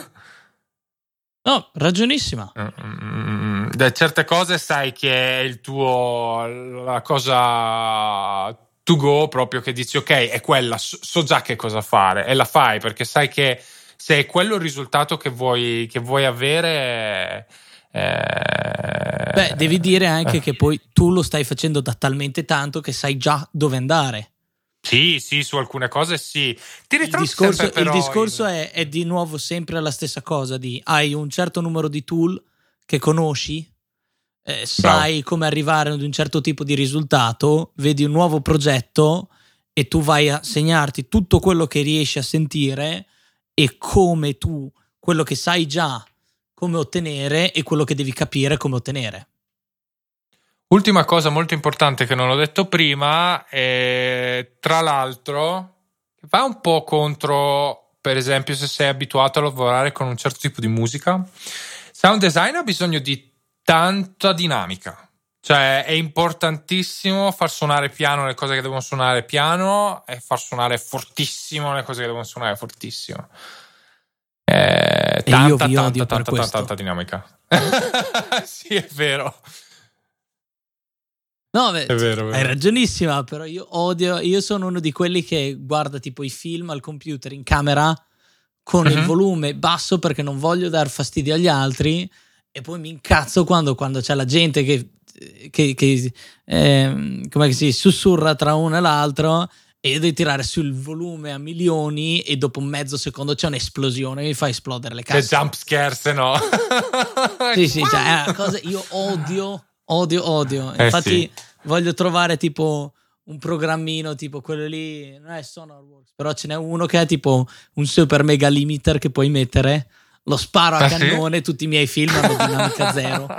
No, ragionissima. Mm, da certe cose sai che è il tuo, la cosa to go, proprio, che dici ok, è quella, so, so già che cosa fare, e la fai perché sai che se è quello il risultato che vuoi, che vuoi avere. Eh, Beh, devi dire anche eh. che poi tu lo stai facendo da talmente tanto che sai già dove andare. Sì, sì, su alcune cose sì. Ti il discorso, il discorso in... è, è di nuovo sempre la stessa cosa, di hai un certo numero di tool che conosci, eh, sai Bravo. come arrivare ad un certo tipo di risultato, vedi un nuovo progetto e tu vai a segnarti tutto quello che riesci a sentire e come tu, quello che sai già come ottenere e quello che devi capire come ottenere. Ultima cosa molto importante che non ho detto prima, è, tra l'altro, va un po' contro, per esempio, se sei abituato a lavorare con un certo tipo di musica. Sound design ha bisogno di tanta dinamica, cioè è importantissimo far suonare piano le cose che devono suonare piano e far suonare fortissimo le cose che devono suonare fortissimo. Eh, tanta, io vi tanta, odio tanta, per tanta, tanta dinamica. Sì, è vero. No, beh, è vero, hai vero. ragionissima, però io odio, io sono uno di quelli che guarda tipo i film al computer in camera con Mhm. il volume basso perché non voglio dar fastidio agli altri, e poi mi incazzo quando, quando c'è la gente che, che, che ehm, come si sussurra tra uno e l'altro, e io devo tirare sul volume a milioni e dopo un mezzo secondo c'è un'esplosione che mi fa esplodere le Che casse. jump scare, se no. Sì, sì, cioè, è una cosa, io odio, odio, odio. Eh, Infatti sì. voglio trovare tipo un programmino tipo quello lì, non è Sonarworks, però ce n'è uno che è tipo un super mega limiter che puoi mettere, lo sparo a Ah, sì? cannone, tutti i miei film hanno dinamica zero.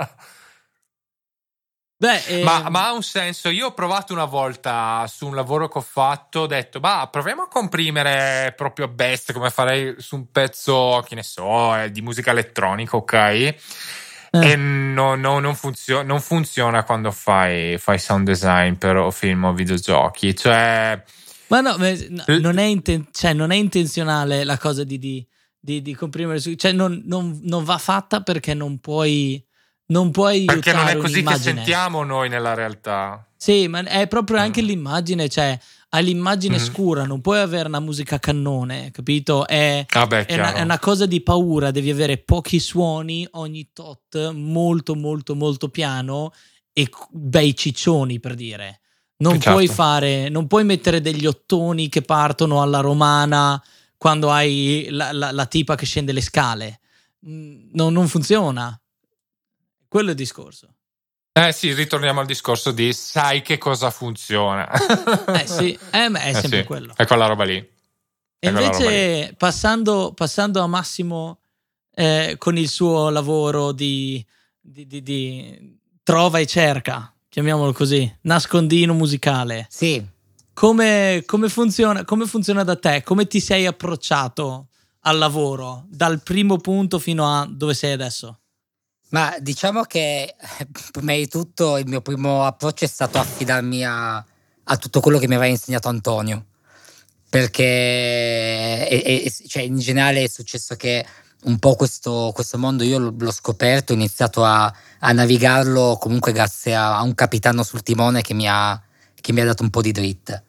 Beh, ehm, Ma, ma ha un senso. Io ho provato una volta su un lavoro che ho fatto, ho detto, bah, proviamo a comprimere proprio a best, come farei su un pezzo, che ne so, eh, di musica elettronica, ok? eh, E no, no, non, funzio- non funziona quando fai, fai sound design per film o videogiochi. Cioè, ma no, ma- no, l- non, è inten- cioè, non è intenzionale la cosa di, di, di, di comprimere su, cioè non, non- non va fatta perché non puoi, non puoi perché non è aiutare così che un'immagine. sentiamo noi nella realtà. Sì, ma è proprio anche Mm. l'immagine, cioè hai l'immagine Mhm. scura, non puoi avere una musica cannone, capito? È, Vabbè, è, una, chiaro. è una cosa di paura, devi avere pochi suoni ogni tot, molto molto molto piano e c- bei ciccioni, per dire. Non Certo. puoi fare, non puoi mettere degli ottoni che partono alla romana quando hai la, la- la tipa che scende le scale. Mm, no, non funziona. Quello è il discorso. Eh sì, ritorniamo al discorso di sai che cosa funziona. Eh sì, eh, ma è Eh sempre sì, quello. è quella roba lì. E È quella roba lì. invece, passando, passando a Massimo eh, con il suo lavoro di, di- di- di trova e cerca, chiamiamolo così, nascondino musicale, Sì, come, come funziona, come funziona da te? Come ti sei approcciato al lavoro dal primo punto fino a dove sei adesso? ma diciamo che eh, prima di tutto il mio primo approccio è stato affidarmi a, a tutto quello che mi aveva insegnato Antonio, perché e- e- cioè, in generale è successo che un po' questo, questo mondo io l'ho l'ho scoperto, ho iniziato a, a navigarlo comunque grazie a, a un capitano sul timone che mi ha, che mi ha dato un po' di dritte.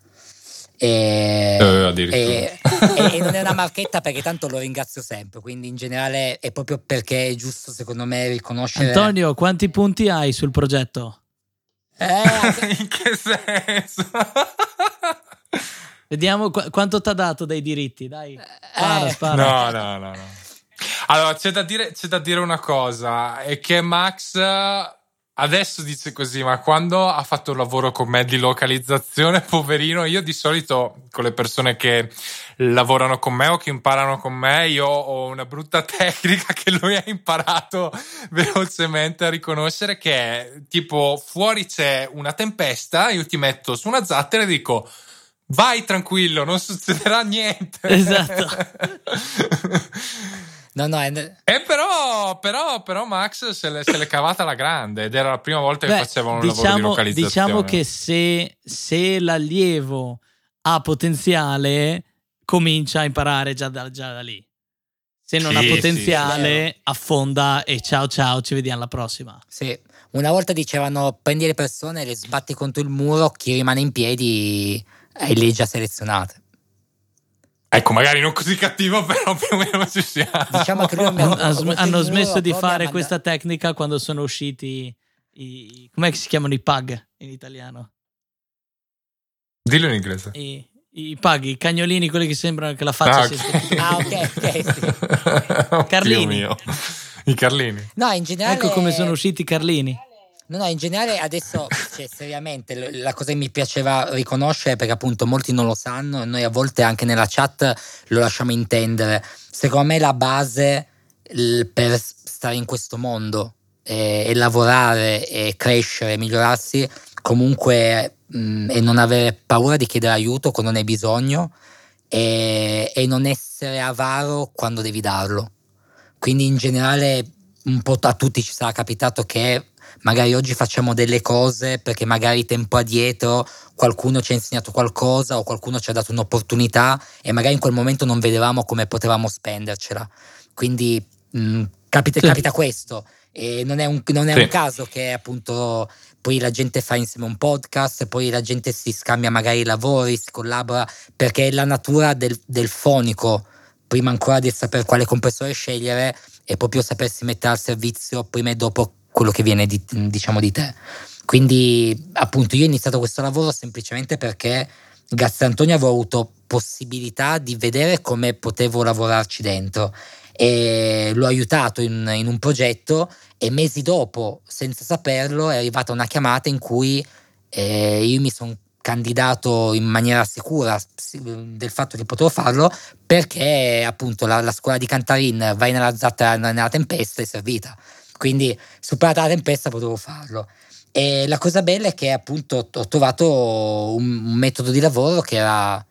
E, Eh, addirittura. e- e- e non è una marchetta perché tanto lo ringrazio sempre, quindi in generale è proprio perché è giusto secondo me riconoscere. Antonio, quanti punti hai sul progetto? Eh, anche- In che senso? Vediamo qu- quanto ti ha dato dei diritti, dai. Spara, eh, spara. No, no, no, no. Allora, c'è da dire, c'è da dire una cosa, è che Max adesso dice così, ma quando ha fatto un lavoro con me di localizzazione, poverino, io di solito con le persone che lavorano con me o che imparano con me, io ho una brutta tecnica che lui ha imparato velocemente a riconoscere, che è tipo fuori c'è una tempesta, io ti metto su una zattera e dico vai tranquillo, non succederà niente. Esatto. no, no, è- E però, però, però Max se l'è, se l'è cavata alla grande ed era la prima volta che Beh, faceva un lavoro di diciamo, localizzazione. diciamo che se, se l'allievo ha potenziale, comincia a imparare già da, già da lì. Se non Sì, ha sì, potenziale, affonda e ciao ciao, ci vediamo alla prossima. sì. Una volta dicevano prendi le persone, le sbatti contro il muro, chi rimane in piedi hai le già selezionate. Ecco, magari non così cattivo, però più o meno ci siamo. Diciamo che lui mi ha- Han- han- contro il hanno muro, smesso di poi mi ha fare mandato- questa tecnica quando sono usciti i, com'è che si chiamano i pug in italiano? Dillo in inglese. I, i pug, i cagnolini, quelli che sembrano che la faccia Ah, sia ok. stata- Ah, ok, ok, sì. Oddio Carlini. mio. I Carlini. No, in generale Ecco come sono usciti i Carlini. No, no, in generale adesso, cioè, seriamente, l- la cosa che mi piaceva riconoscere, perché appunto molti non lo sanno, e noi a volte anche nella chat lo lasciamo intendere. Secondo me la base l- per stare in questo mondo e, e lavorare e crescere e migliorarsi, comunque, mh, e non avere paura di chiedere aiuto quando ne hai bisogno e, e non essere avaro quando devi darlo. Quindi in generale un po' a tutti ci sarà capitato che magari oggi facciamo delle cose perché magari tempo addietro qualcuno ci ha insegnato qualcosa o qualcuno ci ha dato un'opportunità e magari in quel momento non vedevamo come potevamo spendercela. Quindi mh, capita, Sì. capita questo e non è, un, non è Sì. un caso che appunto poi la gente fa insieme un podcast, poi la gente si scambia magari i lavori, si collabora, perché è la natura del, del fonico prima ancora di sapere quale compressore scegliere, è proprio sapersi mettere al servizio prima e dopo quello che viene di, diciamo di te. Quindi appunto io ho iniziato questo lavoro semplicemente perché grazie a Antonio avevo avuto possibilità di vedere come potevo lavorarci dentro e l'ho aiutato in, in un progetto, e mesi dopo, senza saperlo, è arrivata una chiamata in cui eh, io mi sono candidato in maniera sicura del fatto che potevo farlo, perché appunto la, la scuola di Cantarin vai nella zattera nella tempesta è servita, quindi superata la tempesta potevo farlo. E la cosa bella è che appunto ho trovato un, un metodo di lavoro che era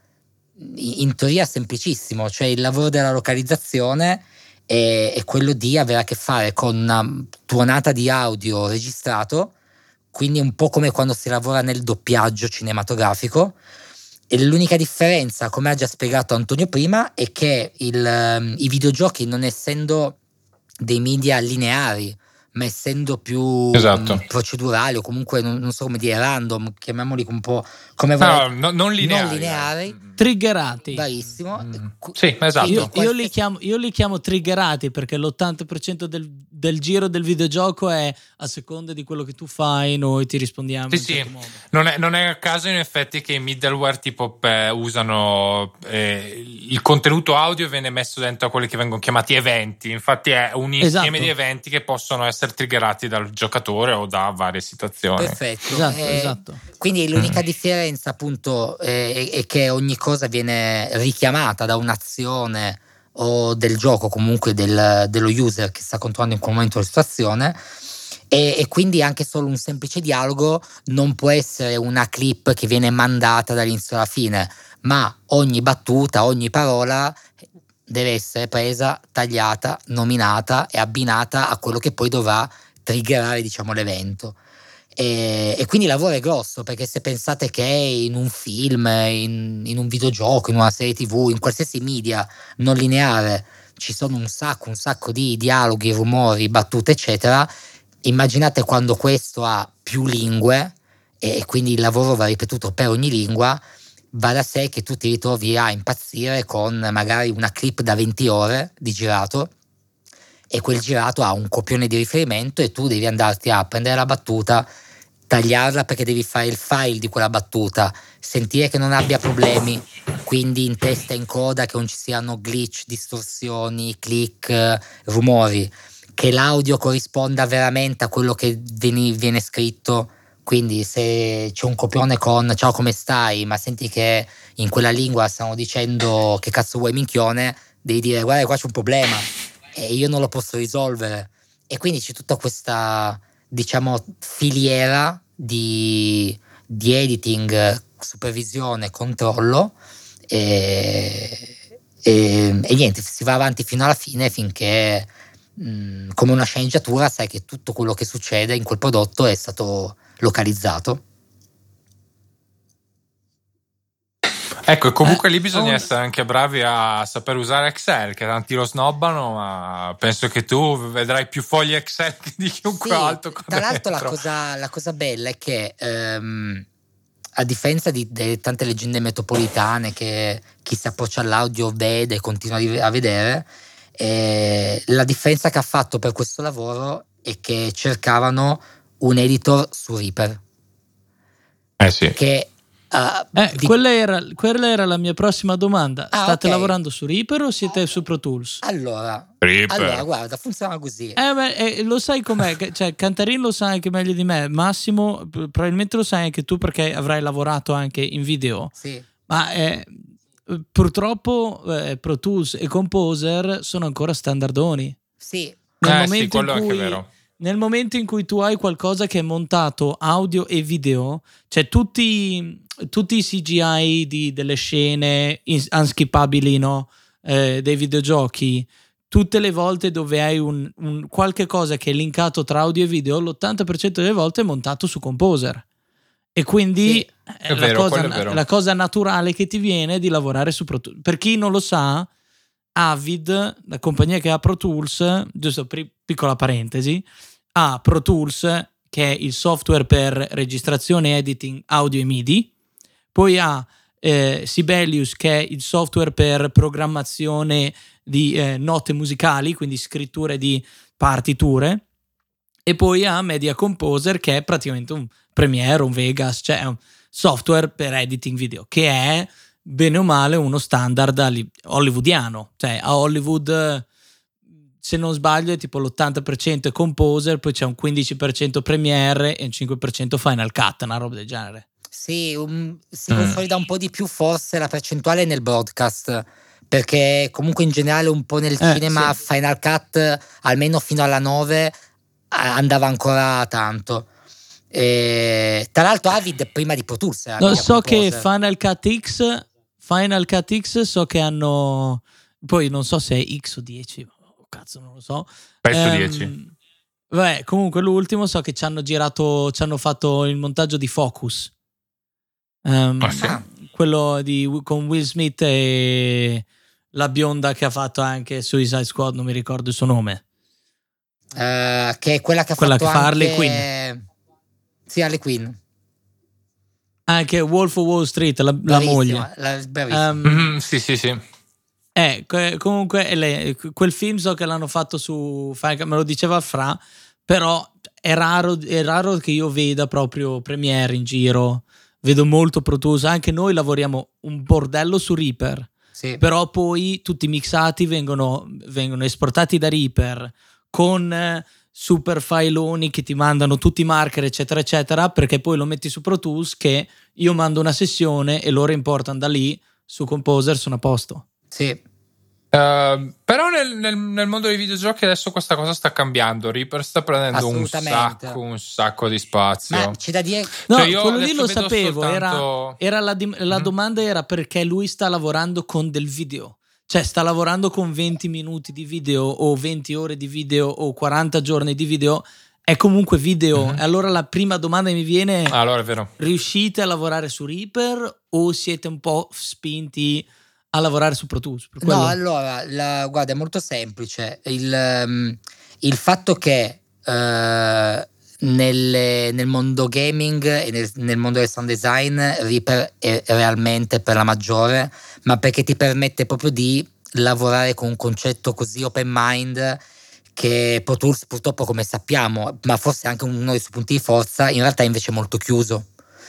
in teoria semplicissimo, cioè il lavoro della localizzazione è, è quello di avere a che fare con una tuonata di audio registrato, quindi un po' come quando si lavora nel doppiaggio cinematografico. E l'unica differenza, come ha già spiegato Antonio prima, è che il, i videogiochi, non essendo dei media lineari, ma essendo più esatto. mh, procedurali, o comunque non, non so come dire, random, chiamiamoli un po' come no, volete, no, non lineari, non lineari triggerati. Bravissimo. Mm. Sì, esatto. Io, io, qualsiasi... li chiamo, io li chiamo triggerati perché l'ottanta per cento del, del giro del videogioco è a seconda di quello che tu fai, noi ti rispondiamo. Sì, in sì. certo modo. Non è, non è a caso in effetti che i middleware tipo eh, usano eh, il contenuto audio viene messo dentro a quelli che vengono chiamati eventi. Infatti è un insieme Esatto. di eventi che possono essere triggerati dal giocatore o da varie situazioni. Perfetto. Esatto, eh, esatto. Quindi l'unica Mm. differenza appunto è, è che ogni cosa viene richiamata da un'azione o del gioco, comunque del, dello user che sta controllando in quel momento la situazione, e, e quindi anche solo un semplice dialogo non può essere una clip che viene mandata dall'inizio alla fine, ma ogni battuta, ogni parola deve essere presa, tagliata, nominata e abbinata a quello che poi dovrà triggerare, diciamo, l'evento. E, e quindi il lavoro è grosso, perché se pensate che in un film, in, in un videogioco, in una serie tv, in qualsiasi media non lineare ci sono un sacco, un sacco di dialoghi, rumori, battute, eccetera, immaginate quando questo ha più lingue e quindi il lavoro va ripetuto per ogni lingua. Va da sé che tu ti ritrovi a impazzire con magari una clip da venti ore di girato, e quel girato ha un copione di riferimento e tu devi andarti a prendere la battuta, tagliarla perché devi fare il file di quella battuta, sentire che non abbia problemi, quindi in testa e in coda che non ci siano glitch, distorsioni, click, rumori, che l'audio corrisponda veramente a quello che viene, viene scritto. Quindi se c'è un copione con ciao come stai, ma senti che in quella lingua stanno dicendo che cazzo vuoi minchione, devi dire guarda qua c'è un problema e io non lo posso risolvere. E quindi c'è tutta questa, diciamo, filiera di, di editing, supervisione, controllo e, e, e niente, si va avanti fino alla fine, finché mh, come una sceneggiatura sai che tutto quello che succede in quel prodotto è stato localizzato. Ecco, e comunque Eh, lì bisogna oh. essere anche bravi a saper usare Excel, che tanti lo snobbano, ma penso che tu vedrai più fogli Excel di chiunque Sì, altro qua tra l'altro la dentro. cosa, la cosa bella è che ehm, a differenza di, di tante leggende metropolitane che chi si approccia all'audio vede e continua a rive- a vedere, eh, la differenza che ha fatto per questo lavoro è che cercavano un editor su Reaper, Eh sì. che uh, Eh, di- quella, era, quella era la mia prossima domanda. Ah, State ok. lavorando su Reaper o siete su Pro Tools? allora, Reaper. allora guarda, funziona così. Eh, beh, eh, lo sai com'è? Che- cioè, Cantarin lo sa anche meglio di me. Massimo, p- probabilmente lo sai anche tu perché avrai lavorato anche in video. Sì. Ma eh, purtroppo eh, Pro Tools e Composer sono ancora standardoni. Sì, Nel, Eh sì, momento in quello è anche cui, vero. nel momento in cui tu hai qualcosa che è montato audio e video, cioè tutti, tutti i C G I di, delle scene ins- unskippabili, no? Eh, dei videogiochi, tutte le volte dove hai un, un qualche cosa che è linkato tra audio e video, l'ottanta per cento delle volte è montato su Composer. E quindi Sì, eh, è la, vero, cosa, quello è vero. la cosa naturale che ti viene è di lavorare su Pro Tools. Per chi non lo sa, Avid, la compagnia che ha Pro Tools, giusto pri- piccola parentesi, ha Pro Tools, che è il software per registrazione e editing audio e MIDI, poi ha eh, Sibelius, che è il software per programmazione di eh, note musicali, quindi scritture di partiture, e poi ha Media Composer, che è praticamente un Premiere, un Vegas, cioè un software per editing video, che è bene o male uno standard hollywoodiano. Cioè a Hollywood, se non sbaglio, è tipo l'ottanta per cento è Composer, poi c'è un quindici per cento Premiere e un cinque per cento Final Cut, una roba del genere. Sì, un, si consolida un po' di più forse la percentuale nel broadcast, perché comunque in generale un po' nel Eh, cinema sì. Final Cut, almeno fino alla nove, andava ancora tanto. E, tra l'altro Avid prima di Pro Tools era No, Media so che Composer. Final Cut X Final Cut X so che hanno, poi non so se è X o dieci, oh, cazzo non lo so, Penso Ehm, dieci. Vabbè, comunque l'ultimo so che ci hanno girato, ci hanno fatto il montaggio di Focus. Ehm, Ah, sì? Ah, quello di, con Will Smith e la bionda che ha fatto anche Suicide Squad, non mi ricordo il suo nome. eh, che è quella che ha Quella fatto che fa Harley anche sì, Harley Quinn. Anche Wolf of Wall Street, la, la Bravissima, moglie. la- bravissima. Ehm, Mhm, sì, sì, sì. Eh, que- comunque è lei- quel film so che l'hanno fatto su, me lo diceva Fra, però è raro, è raro che io veda proprio Premiere in giro, vedo molto Pro Tools, anche noi lavoriamo un bordello su Reaper, Sì. però poi tutti i mixati vengono, vengono esportati da Reaper con eh, super filoni che ti mandano tutti i marker eccetera eccetera, perché poi lo metti su Pro Tools, che io mando una sessione e loro importano da lì su Composer, sono a posto. Sì. Uh, però nel, nel, nel mondo dei videogiochi adesso questa cosa sta cambiando. Reaper sta prendendo un Assolutamente. sacco un sacco di spazio. Ma c'è da dire No, Cioè, io quello lì adesso lo vedo sapevo, soltanto- era, era la, dim- la Mhm. domanda era perché lui sta lavorando con del video, cioè sta lavorando con venti minuti di video o venti ore di video o quaranta giorni di video, è comunque video. Mhm. E allora la prima domanda che mi viene è: Ah, allora è vero. riuscite a lavorare su Reaper o siete un po' spinti a lavorare su Pro Tools? Per No, quello- allora, la- guarda, è molto semplice. Il, ehm, il fatto che eh, nelle- nel mondo gaming e nel, nel mondo del sound design Reaper è realmente per la maggiore, ma perché ti permette proprio di lavorare con un concetto così open mind che Pro Tools purtroppo, come sappiamo, ma forse anche uno dei suoi punti di forza, in realtà è invece molto chiuso.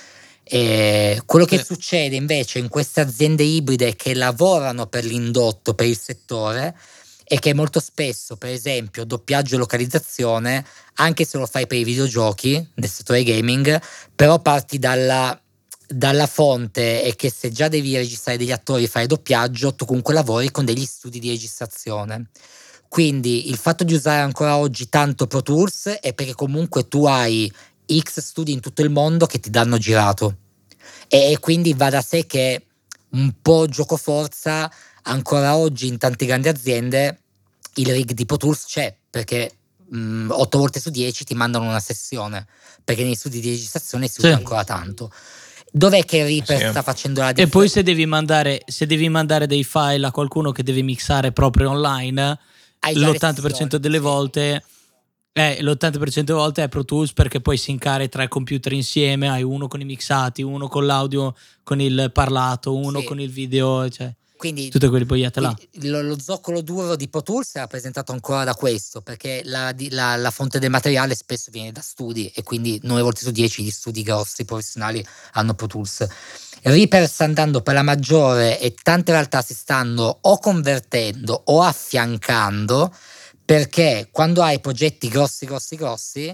E quello che Sì. succede invece in queste aziende ibride che lavorano per l'indotto, per il settore, è che molto spesso, per esempio, doppiaggio e localizzazione, anche se lo fai per i videogiochi nel settore gaming, però parti dalla, dalla fonte e che se già devi registrare degli attori e fare doppiaggio, tu comunque lavori con degli studi di registrazione. Quindi il fatto di usare ancora oggi tanto Pro Tools è perché comunque tu hai X studi in tutto il mondo che ti danno girato, e quindi va da sé che un po' giocoforza ancora oggi in tante grandi aziende il rig di Pro Tools c'è, perché mh, otto volte su dieci ti mandano una sessione, perché nei studi di registrazione si Sì. usa ancora tanto. Dov'è che Reaper Sì. sta facendo la E differenza? poi se devi mandare se devi mandare dei file a qualcuno che deve mixare proprio online, Hai già le l'ottanta per cento sessioni, delle sì. volte eh, l'ottanta per cento delle volte è Pro Tools, perché poi si incari tre computer insieme, hai uno con i mixati, uno con l'audio, con il parlato, uno Sì. con il video, cioè Quindi tutte quelle boiate là. il- lo, lo zoccolo duro di Pro Tools è rappresentato ancora da questo, perché la, di- la- la fonte del materiale spesso viene da studi, e quindi nove volte su dieci gli studi grossi professionali hanno Pro Tools. Reaper sta andando per la maggiore e tante realtà si stanno o convertendo o affiancando, perché quando hai progetti grossi grossi grossi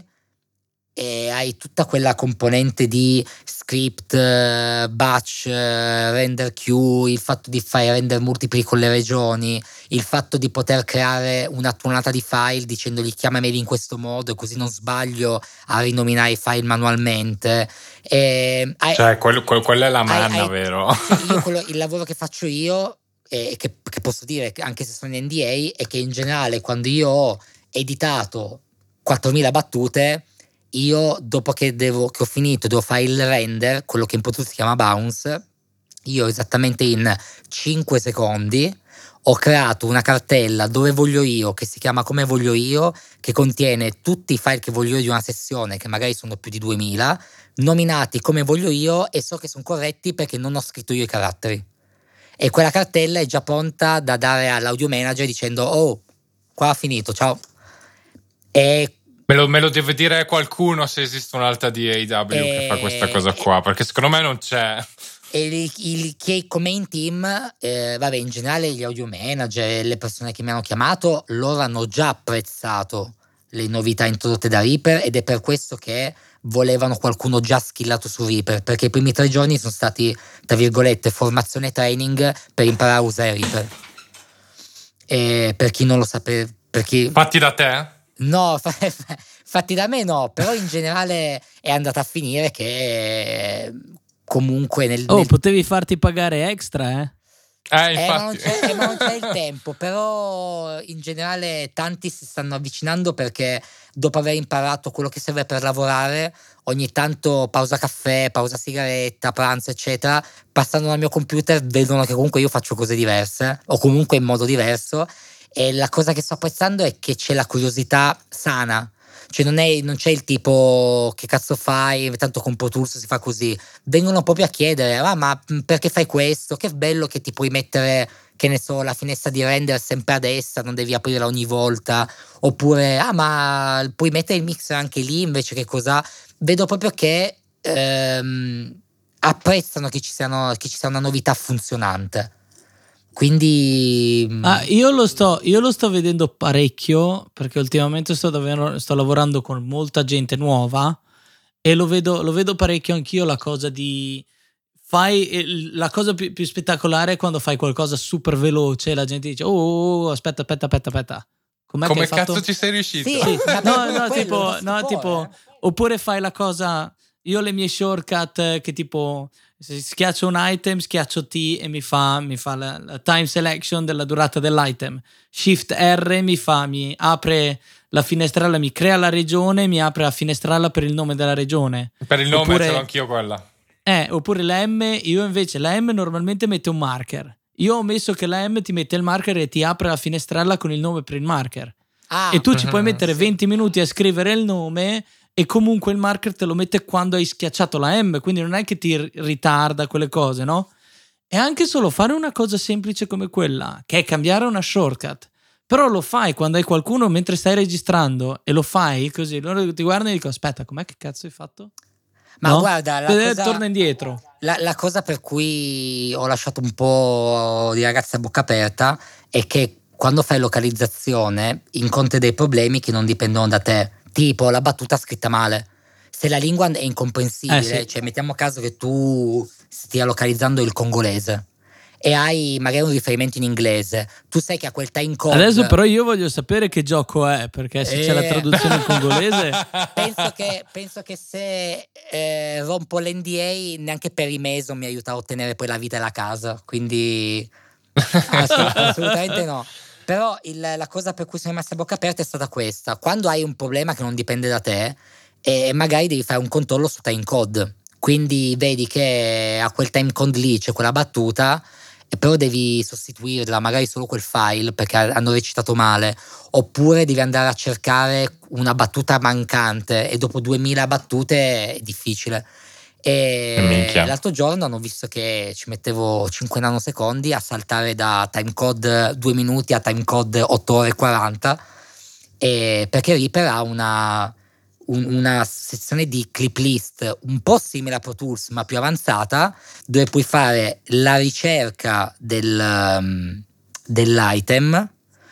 e hai tutta quella componente di script, eh, batch, eh, render queue, il fatto di fare render multipli con le regioni, il fatto di poter creare una tuonata di file dicendogli chiamameli in questo modo, così non sbaglio a rinominare i file manualmente. E hai- Cioè, quello, quello- quella è la hai- manna, hai- vero? cioè, io quello- il lavoro che faccio io, e che, che posso dire che anche se sono in N D A, è che in generale quando io ho editato quattromila battute, io dopo che, devo, che ho finito devo fare il render, quello che in Pro Tools si chiama bounce, io esattamente in cinque secondi ho creato una cartella dove voglio io, che si chiama come voglio io, che contiene tutti i file che voglio io di una sessione, che magari sono più di duemila, nominati come voglio io e so che sono corretti perché non ho scritto io i caratteri. E quella cartella è già pronta da dare all'audio manager dicendo oh, qua ha finito, ciao. E Me lo, me lo deve dire qualcuno se esiste un'altra D A W e, che fa questa cosa qua, perché secondo me non c'è. E il, il, che come in team, eh, vabbè, in generale gli audio manager e le persone che mi hanno chiamato, loro hanno già apprezzato le novità introdotte da Reaper ed è per questo che volevano qualcuno già skillato su Reaper, perché i primi tre giorni sono stati, tra virgolette, formazione training per imparare a usare Reaper. E per chi non lo sapeva, per chi... Fatti da te? No, fatti da me no, però in generale è andata a finire che comunque nel... Oh, nel... potevi farti pagare extra, eh? Eh, Eh, ma, non infatti. c'è, eh, ma non c'è il tempo, però in generale tanti si stanno avvicinando perché dopo aver imparato quello che serve per lavorare, ogni tanto pausa caffè, pausa sigaretta, pranzo eccetera, passando dal mio computer vedono che comunque io faccio cose diverse o comunque in modo diverso, e la cosa che sto apprezzando è che c'è la curiosità sana. Cioè non, è, non c'è il tipo che cazzo fai, tanto con Pro Tools si fa così, vengono proprio a chiedere ah, ma perché fai questo, che bello che ti puoi mettere, che ne so, la finestra di render sempre a destra, non devi aprirla ogni volta, oppure ah ma puoi mettere il mixer anche lì invece che cosa. Vedo proprio che ehm, apprezzano che ci, siano, che ci sia una novità funzionante. Quindi ah, io, lo sto, io lo sto vedendo parecchio perché ultimamente sto, davvero, sto lavorando con molta gente nuova e lo vedo, lo vedo parecchio anch'io. La cosa di fai la cosa più, più spettacolare è quando fai qualcosa super veloce e la gente dice oh, oh aspetta aspetta aspetta aspetta com'è come che hai cazzo fatto? ci sei riuscito? Sì, Sì. no no quello, tipo, no, tipo eh. oppure fai la cosa, io ho le mie shortcut che tipo se schiaccio un item, schiaccio T e mi fa, mi fa la, la time selection della durata dell'item. Shift R mi fa, mi apre la finestrella, mi crea la regione, mi apre la finestrella per il nome della regione. Per il nome oppure, ce l'ho anch'io quella. Eh, oppure la M, io invece la M normalmente mette un marker. Io ho messo che la M ti mette il marker e ti apre la finestrella con il nome per il marker. Ah, e tu ci uh-huh, puoi mettere sì. venti minuti a scrivere il nome e comunque il marker te lo mette quando hai schiacciato la M, quindi non è che ti ritarda quelle cose, no? E anche solo fare una cosa semplice come quella, che è cambiare una shortcut, però lo fai quando hai qualcuno mentre stai registrando e lo fai così, loro ti guardano e dicono aspetta, com'è che cazzo hai fatto? Ma no? guarda, la e cosa, torna indietro. La, la cosa per cui ho lasciato un po' di ragazzi a bocca aperta è che quando fai localizzazione incontri dei problemi che non dipendono da te, tipo la battuta scritta male. Se la lingua è incomprensibile, Eh, sì. cioè mettiamo caso che tu stia localizzando il congolese e hai magari un riferimento in inglese, tu sai che a quel time code... Adesso però io voglio sapere che gioco è, perché se Eh. c'è la traduzione in congolese... penso, che, penso che se eh, rompo l'N D A neanche per i mesi mi aiuta a ottenere poi la vita e la casa, quindi assolut- assolutamente no. Però il, la cosa per cui sono rimasta a bocca aperta è stata questa: quando hai un problema che non dipende da te e magari devi fare un controllo su timecode, quindi vedi che a quel timecode lì c'è quella battuta e però devi sostituirla, magari solo quel file perché hanno recitato male, oppure devi andare a cercare una battuta mancante e dopo duemila battute è difficile. E l'altro giorno hanno visto che ci mettevo cinque nanosecondi a saltare da timecode due minuti a timecode otto ore e quaranta, e perché Reaper ha una, un, una sezione di clip list un po' simile a Pro Tools ma più avanzata, dove puoi fare la ricerca del, um, dell'item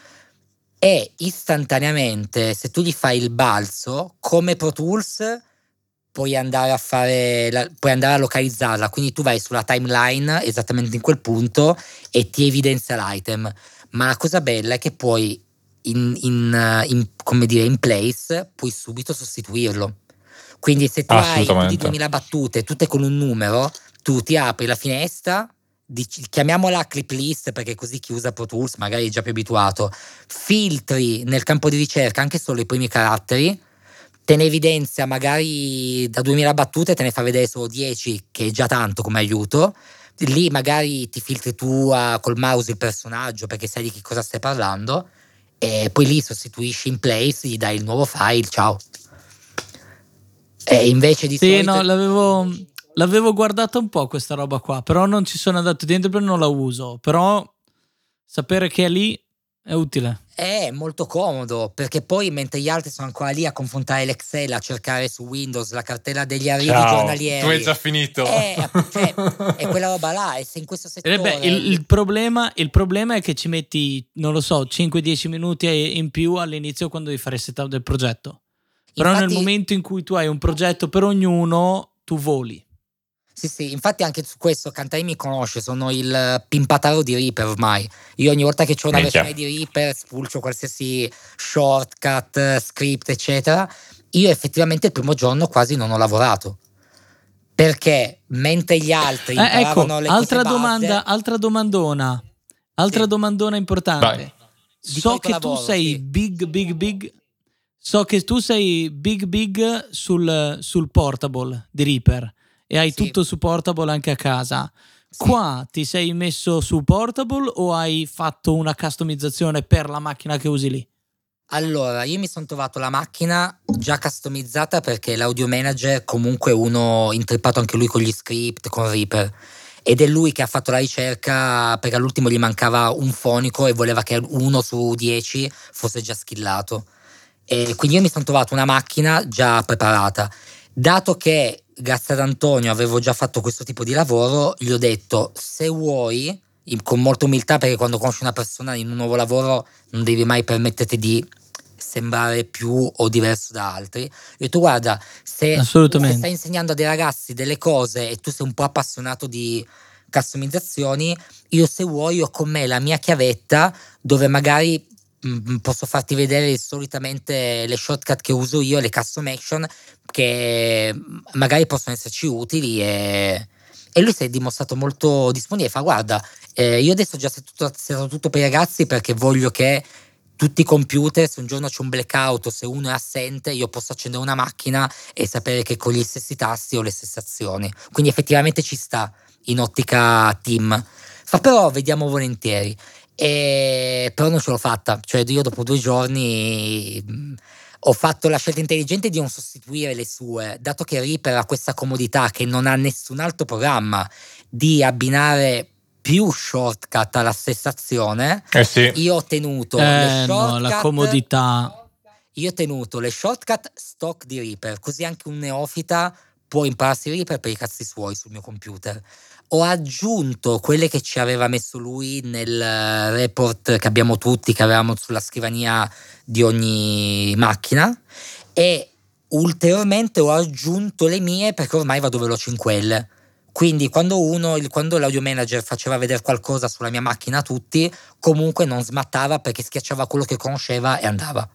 e istantaneamente, se tu gli fai il balzo come Pro Tools, puoi andare a fare la, puoi andare a localizzarla, quindi tu vai sulla timeline esattamente in quel punto e ti evidenzia l'item. Ma la cosa bella è che puoi in, in, in come dire in place puoi subito sostituirlo, quindi se tu hai più di duemila battute tutte con un numero, tu ti apri la finestra, dici, chiamiamola clip list perché così chi usa Pro Tools magari è già più abituato, filtri nel campo di ricerca anche solo i primi caratteri, te ne evidenzia magari da duemila battute, te ne fa vedere solo dieci, che è già tanto come aiuto, lì magari ti filtri tu a, col mouse il personaggio perché sai di che cosa stai parlando, e poi lì sostituisci in place, gli dai il nuovo file, ciao. E invece di sì, solito... no, l'avevo, l'avevo guardata un po' questa roba qua, però non ci sono andato dentro perché non la uso, però sapere che è lì è utile. È molto comodo, perché poi mentre gli altri sono ancora lì a confrontare l'Excel, a cercare su Windows la cartella degli arrivi Ciao, giornalieri, tu hai già finito. È, cioè, è quella roba là, e se in questo settore... Eh beh, il, il, problema, il problema è che ci metti, non lo so, cinque dieci minuti in più all'inizio quando devi fare il setup del progetto. Però Infatti, nel momento in cui tu hai un progetto per ognuno, tu voli. Sì, sì, infatti anche su questo Cantai mi conosce, sono il pimpataro di Reaper ormai. Io ogni volta che c'ho una Minchia. versione di Reaper spulcio qualsiasi shortcut, script, eccetera. Io effettivamente il primo giorno quasi non ho lavorato. Perché mentre gli altri Eh, ecco, imparavano le altra cose domanda, base, altra domandona. Altra Sì. domandona importante. Vai. Di So quanto che tu lavoro, sei sì. big, big, big. So che tu sei big, big sul, sul portable di Reaper e hai Sì. tutto su portable anche a casa. Sì. Qua ti sei messo su portable o hai fatto una customizzazione per la macchina che usi lì? Allora, io mi sono trovato la macchina già customizzata perché l'audio manager comunque è uno intrippato anche lui con gli script, con Reaper, ed è lui che ha fatto la ricerca perché all'ultimo gli mancava un fonico e voleva che uno su dieci fosse già skillato, e quindi io mi sono trovato una macchina già preparata. Dato che grazie ad Antonio avevo già fatto questo tipo di lavoro, gli ho detto: se vuoi, in- con molta umiltà, perché quando conosci una persona in un nuovo lavoro non devi mai permetterti di sembrare più o diverso da altri. Io ho detto: guarda, se, se Assolutamente. stai insegnando a dei ragazzi delle cose e tu sei un po' appassionato di customizzazioni, io se vuoi ho con me la mia chiavetta dove magari mh, posso farti vedere solitamente le shortcut che uso io, le custom action che magari possono esserci utili, e, e lui si è dimostrato molto disponibile. Fa: guarda, eh, io adesso ho già settato tutto, tutto per i ragazzi perché voglio che tutti i computer, se un giorno c'è un blackout o se uno è assente, io posso accendere una macchina e sapere che con gli stessi tasti ho le stesse azioni. Quindi effettivamente ci sta in ottica team. Fa: però vediamo volentieri. E però non ce l'ho fatta, cioè io dopo due giorni mh, ho fatto la scelta intelligente di non sostituire le sue, dato che Reaper ha questa comodità che non ha nessun altro programma di abbinare più shortcut alla stessa azione. Eh sì. Io ho tenuto le Eh shortcut, no, la comodità. io ho tenuto le shortcut stock di Reaper, così anche un neofita può impararsi Reaper per i cazzi suoi sul mio computer. Ho aggiunto quelle che ci aveva messo lui nel eh, report che abbiamo tutti, che avevamo sulla scrivania di ogni macchina, e ulteriormente ho aggiunto le mie perché ormai vado veloce in quelle. Quindi quando uno, il- quando l'audio manager faceva vedere qualcosa sulla mia macchina a tutti, comunque non smattava perché schiacciava quello che conosceva e andava.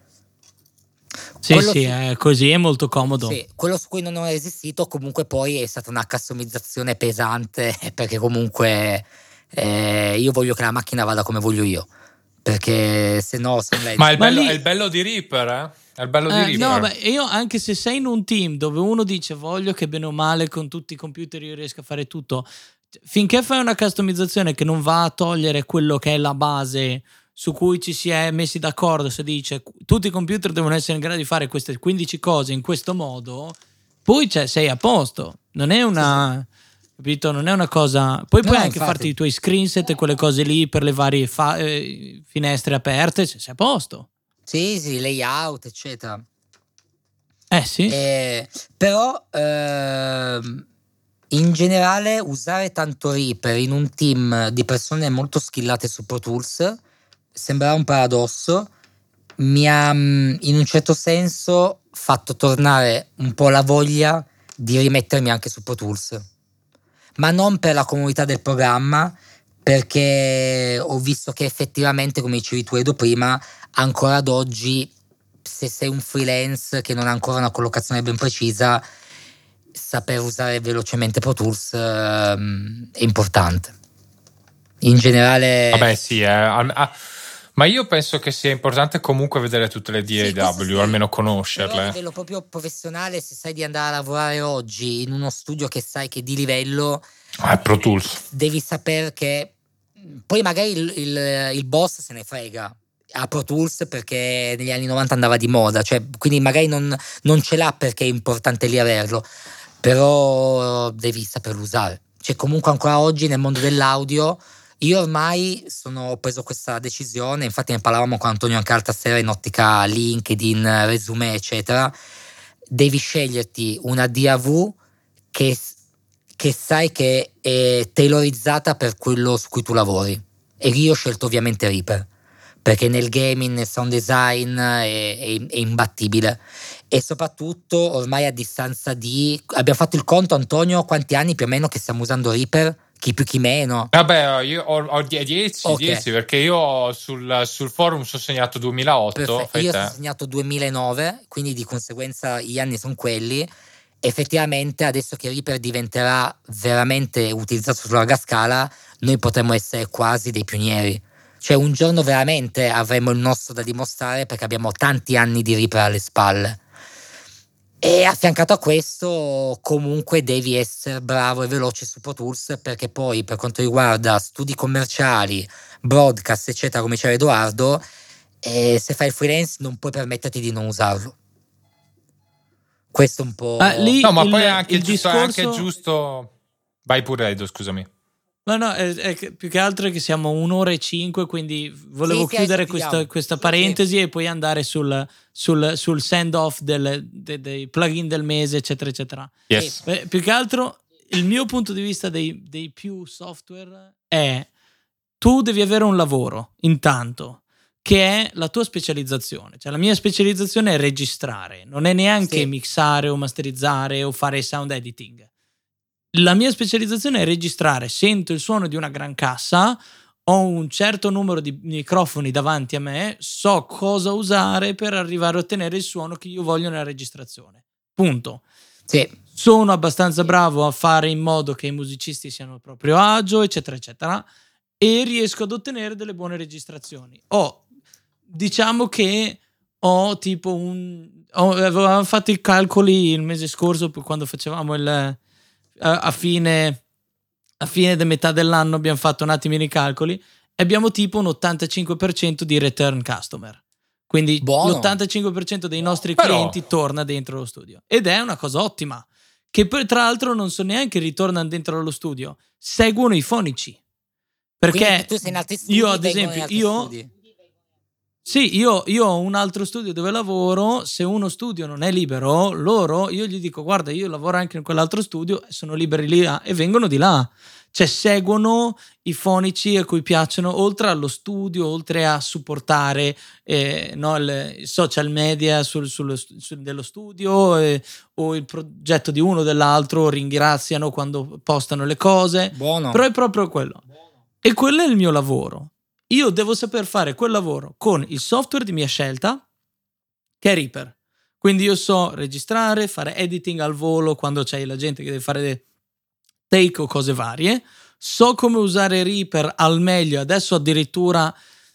Sì, Quello sì, su- è così, è molto comodo. Sì, quello su cui non ho resistito comunque poi è stata una customizzazione pesante, perché comunque eh, io voglio che la macchina vada come voglio io, perché se no sono legge. Ma è il, Ma bello, lì- è il bello di Reaper, eh? È il bello di Eh, Reaper. no, beh, io anche se sei in un team dove uno dice voglio che bene o male con tutti i computer io riesca a fare tutto, finché fai una customizzazione che non va a togliere quello che è la base su cui ci si è messi d'accordo, se dice tutti i computer devono essere in grado di fare queste quindici cose in questo modo, poi cioè, sei a posto. Non è una... Capito? Non è una cosa. Poi No, puoi no, anche infatti. farti i tuoi screenset e quelle cose lì per le varie fa- eh, finestre aperte, se sei a posto. Sì, sì, layout, eccetera. Eh sì. Eh, però ehm, in generale usare tanto Reaper in un team di persone molto skillate su Pro Tools sembra un paradosso. Mi ha mm, in un certo senso fatto tornare un po' la voglia di rimettermi anche su Pro Tools, ma non per la comodità del programma, perché ho visto che effettivamente, come dicevi tu Edo prima, ancora ad oggi, se sei un freelance che non ha ancora una collocazione ben precisa, saper usare velocemente Pro Tools ehm, è importante. In generale, Vabbè, sì, eh. Al- ah, ma io penso che sia importante comunque vedere tutte le sì, D A W, questo sì, almeno però a conoscerle. livello proprio professionale, se sai di andare a lavorare oggi in uno studio che sai che è di livello, Ah, Pro Tools. Devi sapere che poi magari il, il, il boss se ne frega a Pro Tools perché negli anni novanta andava di moda, cioè, quindi magari non, non ce l'ha perché è importante lì averlo, però devi saperlo usare. Cioè, comunque ancora oggi nel mondo dell'audio io ormai sono, ho preso questa decisione, infatti ne parlavamo con Antonio anche l'altra sera in ottica LinkedIn, resume eccetera. Devi sceglierti una D A V che, che sai che è tailorizzata per quello su cui tu lavori, e io ho scelto ovviamente Reaper perché nel gaming, nel sound design è, è, è imbattibile, e soprattutto ormai a distanza di, abbiamo fatto il conto, Antonio, quanti anni più o meno che stiamo usando Reaper? Chi più chi meno? Vabbè, io ho, ho dieci, Ok. dieci perché io sul, sul forum sono segnato duemilaotto. Perfetto. Io te. sono segnato duemilanove, quindi di conseguenza gli anni sono quelli. Effettivamente adesso che Reaper diventerà veramente utilizzato su larga scala, noi potremmo essere quasi dei pionieri. Cioè un giorno veramente avremo il nostro da dimostrare perché abbiamo tanti anni di Reaper alle spalle. E affiancato a questo comunque devi essere bravo e veloce su Pro Tools, perché poi per quanto riguarda studi commerciali, broadcast eccetera, come diceva Edoardo, eh, se fai il freelance non puoi permetterti di non usarlo. Questo un po'... Ah, lì No, ma il, poi è anche, il giusto, discorso... è anche giusto... Vai pure, Edo, scusami. No, no, è, è che più che altro è che siamo un'ora e cinque, quindi volevo Sì, sì, chiudere adesso questa, chiudiamo. questa Sì, parentesi sì. e poi andare sul, sul, sul send-off del, de, dei plugin del mese, eccetera, eccetera. Yes. Beh, più che altro, il mio punto di vista dei, dei più software è: tu devi avere un lavoro, intanto, che è la tua specializzazione. Cioè, la mia specializzazione è registrare, non è neanche Sì. mixare o masterizzare o fare sound editing. La mia specializzazione è registrare, sento il suono di una gran cassa, ho un certo numero di microfoni davanti a me, so cosa usare per arrivare a ottenere il suono che io voglio nella registrazione. Punto. Sì. Sono abbastanza bravo a fare in modo che i musicisti siano a proprio agio, eccetera, eccetera, e riesco ad ottenere delle buone registrazioni. Ho, diciamo che ho tipo un... Ho, avevamo fatto i calcoli il mese scorso quando facevamo il... a fine a fine di metà dell'anno abbiamo fatto un attimo i calcoli e abbiamo tipo un ottantacinque per cento di return customer, quindi Buono. l'ottantacinque per cento dei nostri Però... clienti torna dentro lo studio, ed è una cosa ottima, che poi tra l'altro non so neanche ritornano dentro lo studio, seguono i fonici, perché Quindi tu sei in altri studi, io ad vengono in esempio altri io studi. Sì, io, io ho un altro studio dove lavoro. Se uno studio non è libero, loro, io gli dico: guarda, io lavoro anche in quell'altro studio e sono liberi lì là, e vengono di là. Cioè seguono i fonici a cui piacciono, oltre allo studio, oltre a supportare eh, no, il social media sul, sullo, sul, dello studio eh, o il progetto di uno o dell'altro, ringraziano quando postano le cose. Buono. Però è proprio quello. E quello è il mio lavoro. Io devo saper fare quel lavoro con il software di mia scelta, che è Reaper. Quindi io so registrare, fare editing al volo quando c'è la gente che deve fare take o cose varie. So come usare Reaper al meglio. Adesso addirittura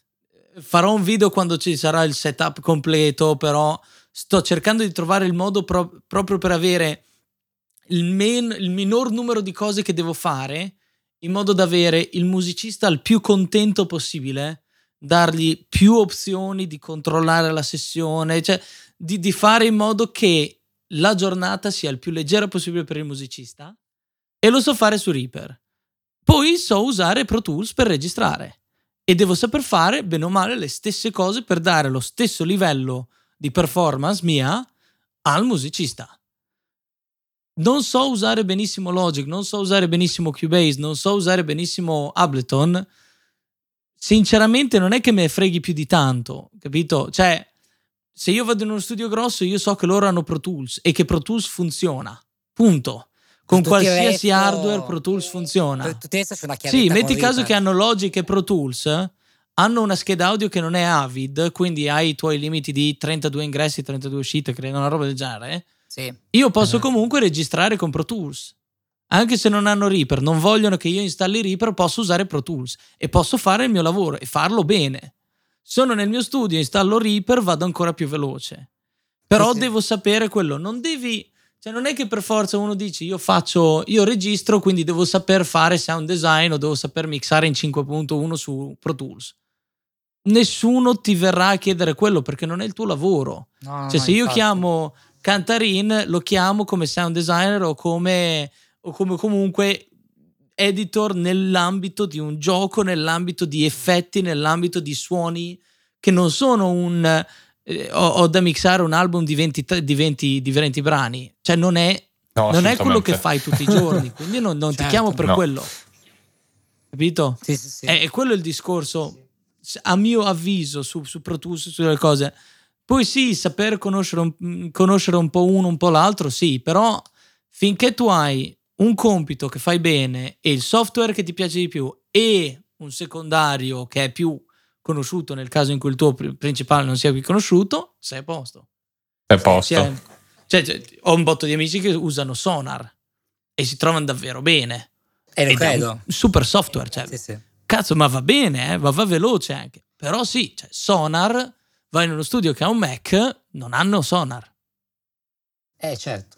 farò un video quando ci sarà il setup completo, però sto cercando di trovare il modo pro- proprio per avere il, men- il minor numero di cose che devo fare, in modo da avere il musicista il più contento possibile, dargli più opzioni di controllare la sessione, cioè di, di fare in modo che la giornata sia il più leggera possibile per il musicista, e lo so fare su Reaper. Poi so usare Pro Tools per registrare e devo saper fare bene o male le stesse cose per dare lo stesso livello di performance mia al musicista. Non so usare benissimo Logic, non so usare benissimo Cubase, non so usare benissimo Ableton. Sinceramente non è che me ne freghi più di tanto, capito? Cioè, se io vado in uno studio grosso, io so che loro hanno Pro Tools e che Pro Tools funziona. Punto. Con Per tutti il qualsiasi resto- hardware Pro Tools funziona. Per tutti adesso c'è una chiavetta Sì, con metti caso Reaper. che hanno Logic e Pro Tools, hanno una scheda audio che non è Avid, quindi hai i tuoi limiti di trentadue ingressi, trentadue uscite, credo, una roba del genere. Sì. Io posso Mhm. comunque registrare con Pro Tools. Anche se non hanno Reaper, non vogliono che io installi Reaper, posso usare Pro Tools e posso fare il mio lavoro e farlo bene. Sono nel mio studio, installo Reaper, vado ancora più veloce. Però Sì, sì. devo sapere quello, non devi... Cioè non è che per forza uno dice io faccio, io registro, quindi devo saper fare sound design o devo saper mixare in cinque punto uno su Pro Tools. Nessuno ti verrà a chiedere quello perché non è il tuo lavoro. No, no, Cioè no, se io infatti. chiamo Cantarin, lo chiamo come sound designer o come, o come comunque editor nell'ambito di un gioco, nell'ambito di effetti, nell'ambito di suoni che non sono un... Eh, ho, ho da mixare un album di venti, di venti, di venti brani, cioè non è, No, non è quello assolutamente. che fai tutti i giorni, quindi non, non Certo. ti chiamo per No. quello, capito? Sì, sì, sì. È, è quello il discorso, a mio avviso, su, su Pro Tools, sulle cose. Poi sì, saper conoscere un, conoscere un po' uno, un po' l'altro, sì, però finché tu hai un compito che fai bene e il software che ti piace di più e un secondario che è più conosciuto nel caso in cui il tuo principale non sia più conosciuto, sei a posto. È posto. Cioè, cioè, cioè, ho un botto di amici che usano Sonar e si trovano davvero bene. E lo Ed è credo. un super software, cioè, Sì, sì. cazzo, ma va bene, eh, va, va veloce anche. Però sì, cioè, Sonar, vai in uno studio che ha un Mac, non hanno Sonar. Eh, certo.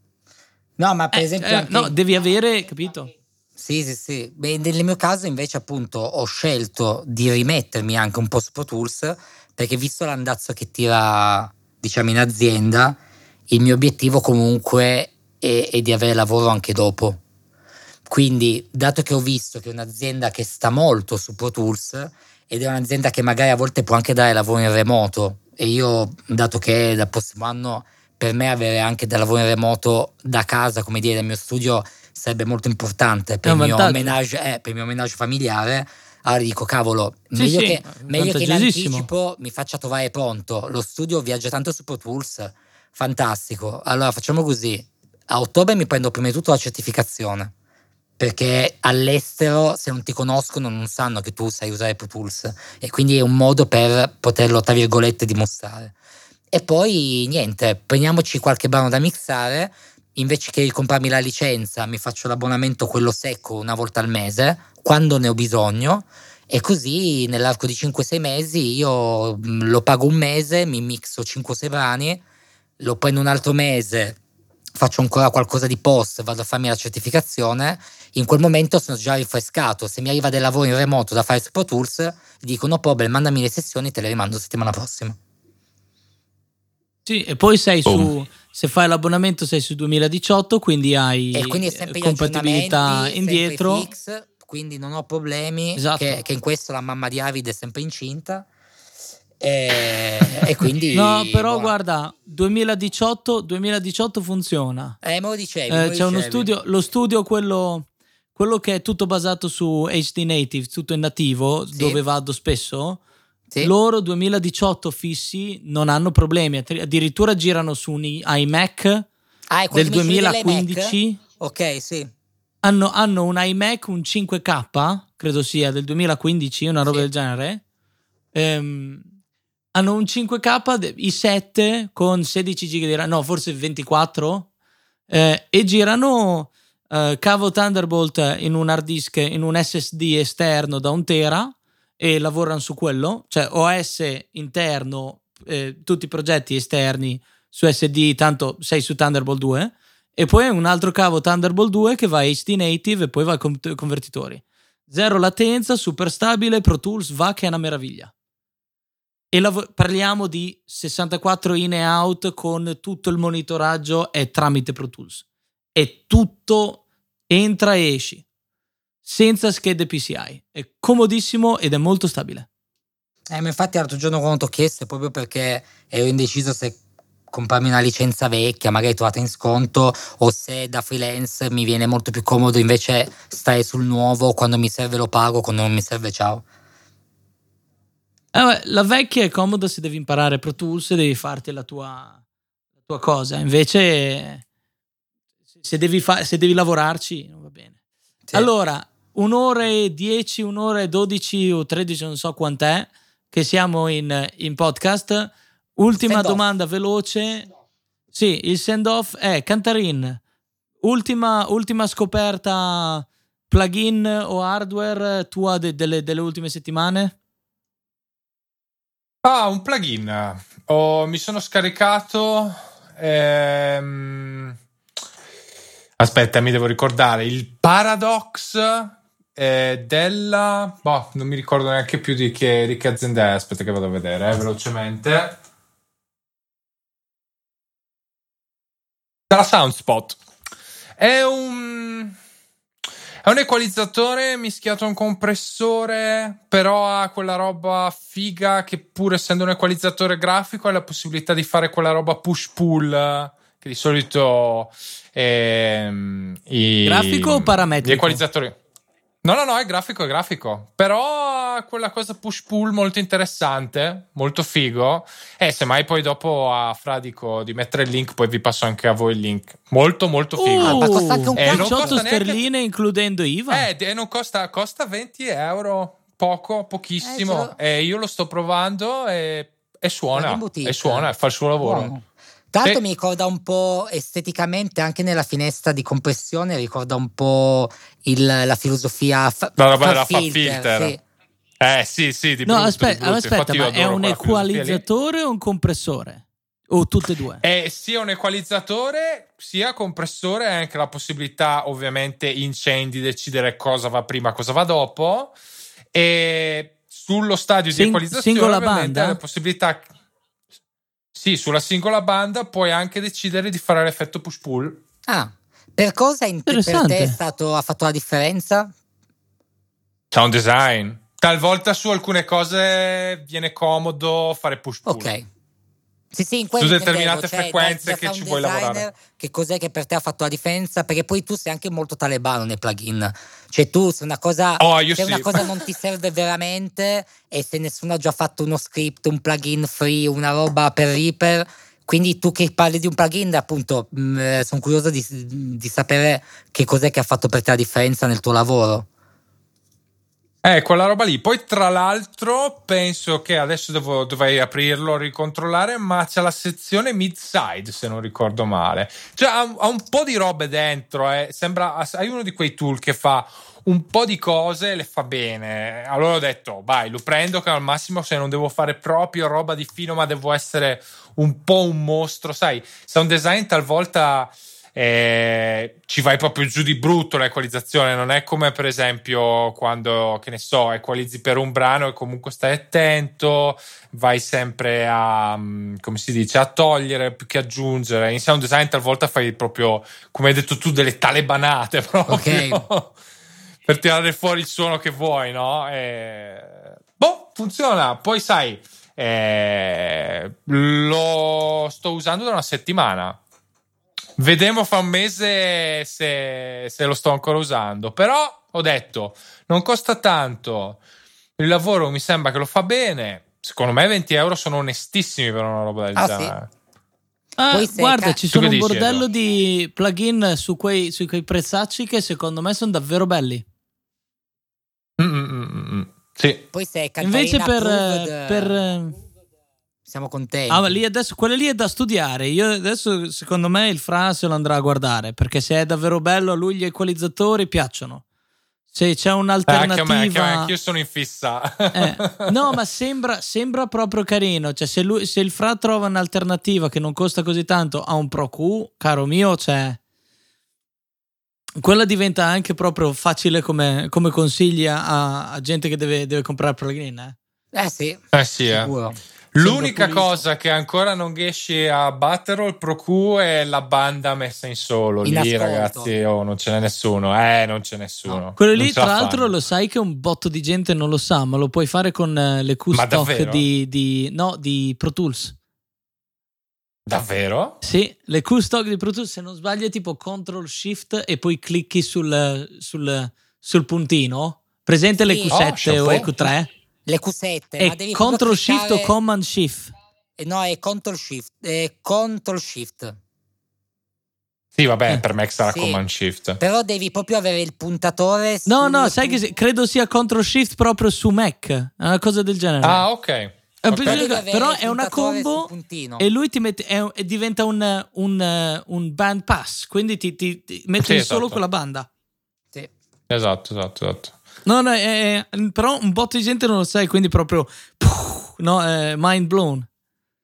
No, ma per Eh, esempio eh, anche... no, devi avere, capito? Sì, sì, sì. Beh, nel mio caso invece appunto ho scelto di rimettermi anche un po' su Pro Tools perché visto l'andazzo che tira, diciamo, in azienda, il mio obiettivo comunque è, è di avere lavoro anche dopo. Quindi, dato che ho visto che è un'azienda che sta molto su Pro Tools ed è un'azienda che magari a volte può anche dare lavoro in remoto, e io, dato che dal prossimo anno per me avere anche da lavoro in remoto da casa, come dire, dal mio studio sarebbe molto importante per, È un il mio, vantaggio. menage, eh, per il mio menage familiare. Allora dico, cavolo, Sì, meglio, sì, che, meglio che in vantaggiosissimo. anticipo mi faccia trovare pronto. Lo studio viaggia tanto su Pro Tools, fantastico. Allora facciamo così, a ottobre mi prendo prima di tutto la certificazione, perché all'estero se non ti conoscono non sanno che tu sai usare Pro Tools e quindi è un modo per poterlo tra virgolette dimostrare. E poi niente, prendiamoci qualche brano da mixare, invece che comprarmi la licenza mi faccio l'abbonamento quello secco una volta al mese quando ne ho bisogno, e così nell'arco di cinque sei mesi io mh, lo pago un mese, mi mixo cinque sei brani, lo prendo un altro mese, faccio ancora qualcosa di post, vado a farmi la certificazione, in quel momento sono già rinfrescato. Se mi arriva del lavoro in remoto da fare su Pro Tools, dico no problem, mandami le sessioni, te le rimando settimana prossima. Sì, e poi sei Boom. su, se fai l'abbonamento sei su duemiladiciotto, quindi hai E quindi è sempre gli compatibilità aggiornamenti, indietro. sempre fix, quindi non ho problemi, Esatto. che, che in questo la mamma di Avid è sempre incinta. E, e quindi No, però buono. guarda, duemiladiciotto, duemiladiciotto funziona. Eh, me lo dicevi, Eh, me lo c'è uno dicevi. studio, lo studio quello, quello che è tutto basato su H D Native, tutto in nativo, Sì. dove vado spesso. Sì. Loro duemiladiciotto fissi non hanno problemi, addirittura girano su un iMac Ah, è del quello che mi dicevi duemilaquindici. dell'iMac? Ok, sì. Hanno, hanno un iMac, un cinque K, credo sia del duemilaquindici, una roba Sì. del genere. Ehm, hanno un cinque K, i sette con sedici giga di RAM, no, forse ventiquattro, eh, e girano eh, cavo Thunderbolt in un hard disk, in un S S D esterno da un tera, e lavorano su quello, cioè O S interno, eh, tutti i progetti esterni su S D, tanto sei su Thunderbolt due, e poi un altro cavo Thunderbolt due che va a H D Native e poi va ai con- convertitori. Zero latenza, super stabile, Pro Tools va che è una meraviglia. E lav- parliamo di sessantaquattro in e out con tutto il monitoraggio è tramite Pro Tools. E tutto entra e esci, senza schede P C I. È comodissimo ed è molto stabile. Eh, ma infatti l'altro giorno quando ti ho chiesto è proprio perché ero indeciso se comprarmi una licenza vecchia, magari trovata in sconto, o se da freelance mi viene molto più comodo invece stare sul nuovo, quando mi serve lo pago, quando non mi serve ciao. Eh, beh, la vecchia è comoda se devi imparare Pro Tools e devi farti la tua, la tua cosa. Invece, se devi, fa- se devi lavorarci, non va bene. Sì. Allora, un'ora e dieci, un'ora e dodici o tredici, non so quant'è, che siamo in, in podcast. Ultima Send off. domanda veloce. Sì, il send off è Cantarin. Ultima, ultima scoperta plugin o hardware tua de- delle, delle ultime settimane? Ah, un plugin. Oh, mi sono scaricato ehm, Aspetta, mi devo ricordare il Paradox eh, della boh, non mi ricordo neanche più di che, di che azienda è. Aspetta che vado a vedere eh, velocemente. Dalla Soundspot. È un È un equalizzatore mischiato a un compressore, però ha quella roba figa che, pur essendo un equalizzatore grafico, ha la possibilità di fare quella roba push-pull che di solito ehm, i, grafico o parametrico? Gli equalizzatori. No, no, no, è grafico, è grafico. Però ha quella cosa push-pull molto interessante, molto figo. E semmai poi dopo a Fra dico di mettere il link, poi vi passo anche a voi il link. Molto, molto figo. Uh, ma costa anche un Eh, non cazzo. diciotto costa neanche- sterline includendo I V A. Eh, e non costa, costa venti euro, poco, pochissimo. Eh, ce E io lo sto provando e, e suona, Guarda in boutique. e suona, e fa il suo lavoro. Buono. Tra l'altro Sì. mi ricorda un po' esteticamente, anche nella finestra di compressione, ricorda un po' il, la filosofia fa, La roba fa della fa filter, filter. sì. Eh sì, sì, di No, brutto, aspetta, di brutto. aspetta, Infatti io ma è adoro un quella filosofia lì. equalizzatore o un compressore? O tutte e due? È sia un equalizzatore sia compressore, e anche la possibilità ovviamente in chain di decidere cosa va prima, cosa va dopo. E sullo stadio Sing- di equalizzazione singola ovviamente banda? hai la possibilità. Sì, sulla singola banda puoi anche decidere di fare l'effetto push pull. Ah, per cosa in, per Interessante. te è stato, ha fatto la differenza? Sound design. Talvolta su alcune cose viene comodo fare push pull. Ok. Sì, sì, in Su quello determinate intendevo, cioè, frequenze da- da che sound ci vuoi designer, lavorare. Che cos'è che per te ha fatto la differenza? Perché poi tu sei anche molto talebano nei plugin. Cioè tu se una cosa, Oh, io se sì. una cosa non ti serve veramente e se nessuno ha già fatto uno script, un plugin free, una roba per Reaper, quindi tu che parli di un plugin, appunto, mh, sono curioso di, di sapere che cos'è che ha fatto per te la differenza nel tuo lavoro. Eh, quella roba lì. Poi, tra l'altro, penso che adesso devo, dovrei aprirlo, ricontrollare, ma c'è la sezione mid-side, se non ricordo male. Cioè, ha, ha un po' di robe dentro, eh. Sembra, hai uno di quei tool che fa un po' di cose e le fa bene. Allora ho detto, vai, lo prendo, che al massimo se non devo fare proprio roba di fino, ma devo essere un po' un mostro, sai, sound design talvolta... Eh, ci vai proprio giù di brutto l'equalizzazione, non è come per esempio quando, che ne so, equalizzi per un brano e comunque stai attento, vai sempre a, come si dice, a togliere più che aggiungere. In sound design talvolta fai proprio, come hai detto tu, delle talebanate proprio, Ok. per tirare fuori il suono che vuoi, no? E... boh, funziona. Poi sai, eh, lo sto usando da una settimana. Vedremo fra un mese se, se lo sto ancora usando. Però ho detto, non costa tanto. Il lavoro mi sembra che lo fa bene. Secondo me venti euro sono onestissimi per una roba del Ah, genere. Ah, Poi se guarda, ca- ci Tu sono che un dici, bordello Edo? di plugin su quei, su quei prezzacci che secondo me sono davvero belli. Mm, mm, mm, mm. Sì. Poi se Catalina Invece per, approved, per siamo contenti. ah, ma lì adesso, quelle lì è da studiare. Io adesso, secondo me, il Fra se lo andrà a guardare, perché se è davvero bello, a lui gli equalizzatori piacciono. Se c'è Eh, anche a me, anche a me, un'alternativa, anch'io sono in fissa. eh, no, ma sembra, sembra proprio carino. Cioè, se, lui, se il Fra trova un'alternativa che non costa così tanto a un Pro Q, caro mio, cioè, quella diventa anche proprio facile come, come consiglia a, a gente che deve, deve comprare plugin. Eh? Eh sì, Eh sì, eh. sicuro. L'unica pulito. cosa che ancora non riesce a battere il Pro Q è la banda messa in solo. In Lì, ascolto. ragazzi, oh, non ce n'è nessuno. Eh, non ce n'è nessuno. No. Quello Non lì, ce la tra l'altro, fanno. lo sai che un botto di gente non lo sa, ma lo puoi fare con eh, le Ma Q-Stock davvero? di, di, no, di Pro Tools. Davvero? Sì, le Q-Stock di Pro Tools, se non sbaglio, è tipo Control Shift e poi clicchi sul, sul, sul puntino. Presente le Sì. Q Oh, sette o chapeau. le Q tre? Le Q sette, ma È devi Control proprio Shift o cliccare- Command Shift? eh, No, è Control Shift. È Control Shift. Sì, vabbè, Eh. per me sarà Sì. Command Shift. Però devi proprio avere il puntatore. No, sul no, sai pun- che se- credo sia Control Shift proprio su Mac, è una cosa del genere. Ah, ok. Eh, Ok. bisogna- Devi avere però il è una puntatore combo sul puntino. e lui ti mette è un- e diventa un, un, un band pass, quindi ti, ti, ti metti Sì, in esatto. solo quella banda. Sì. Esatto, esatto, esatto. No, no, è- è- però un botto di gente non lo sai, quindi proprio puh, no, è mind blown.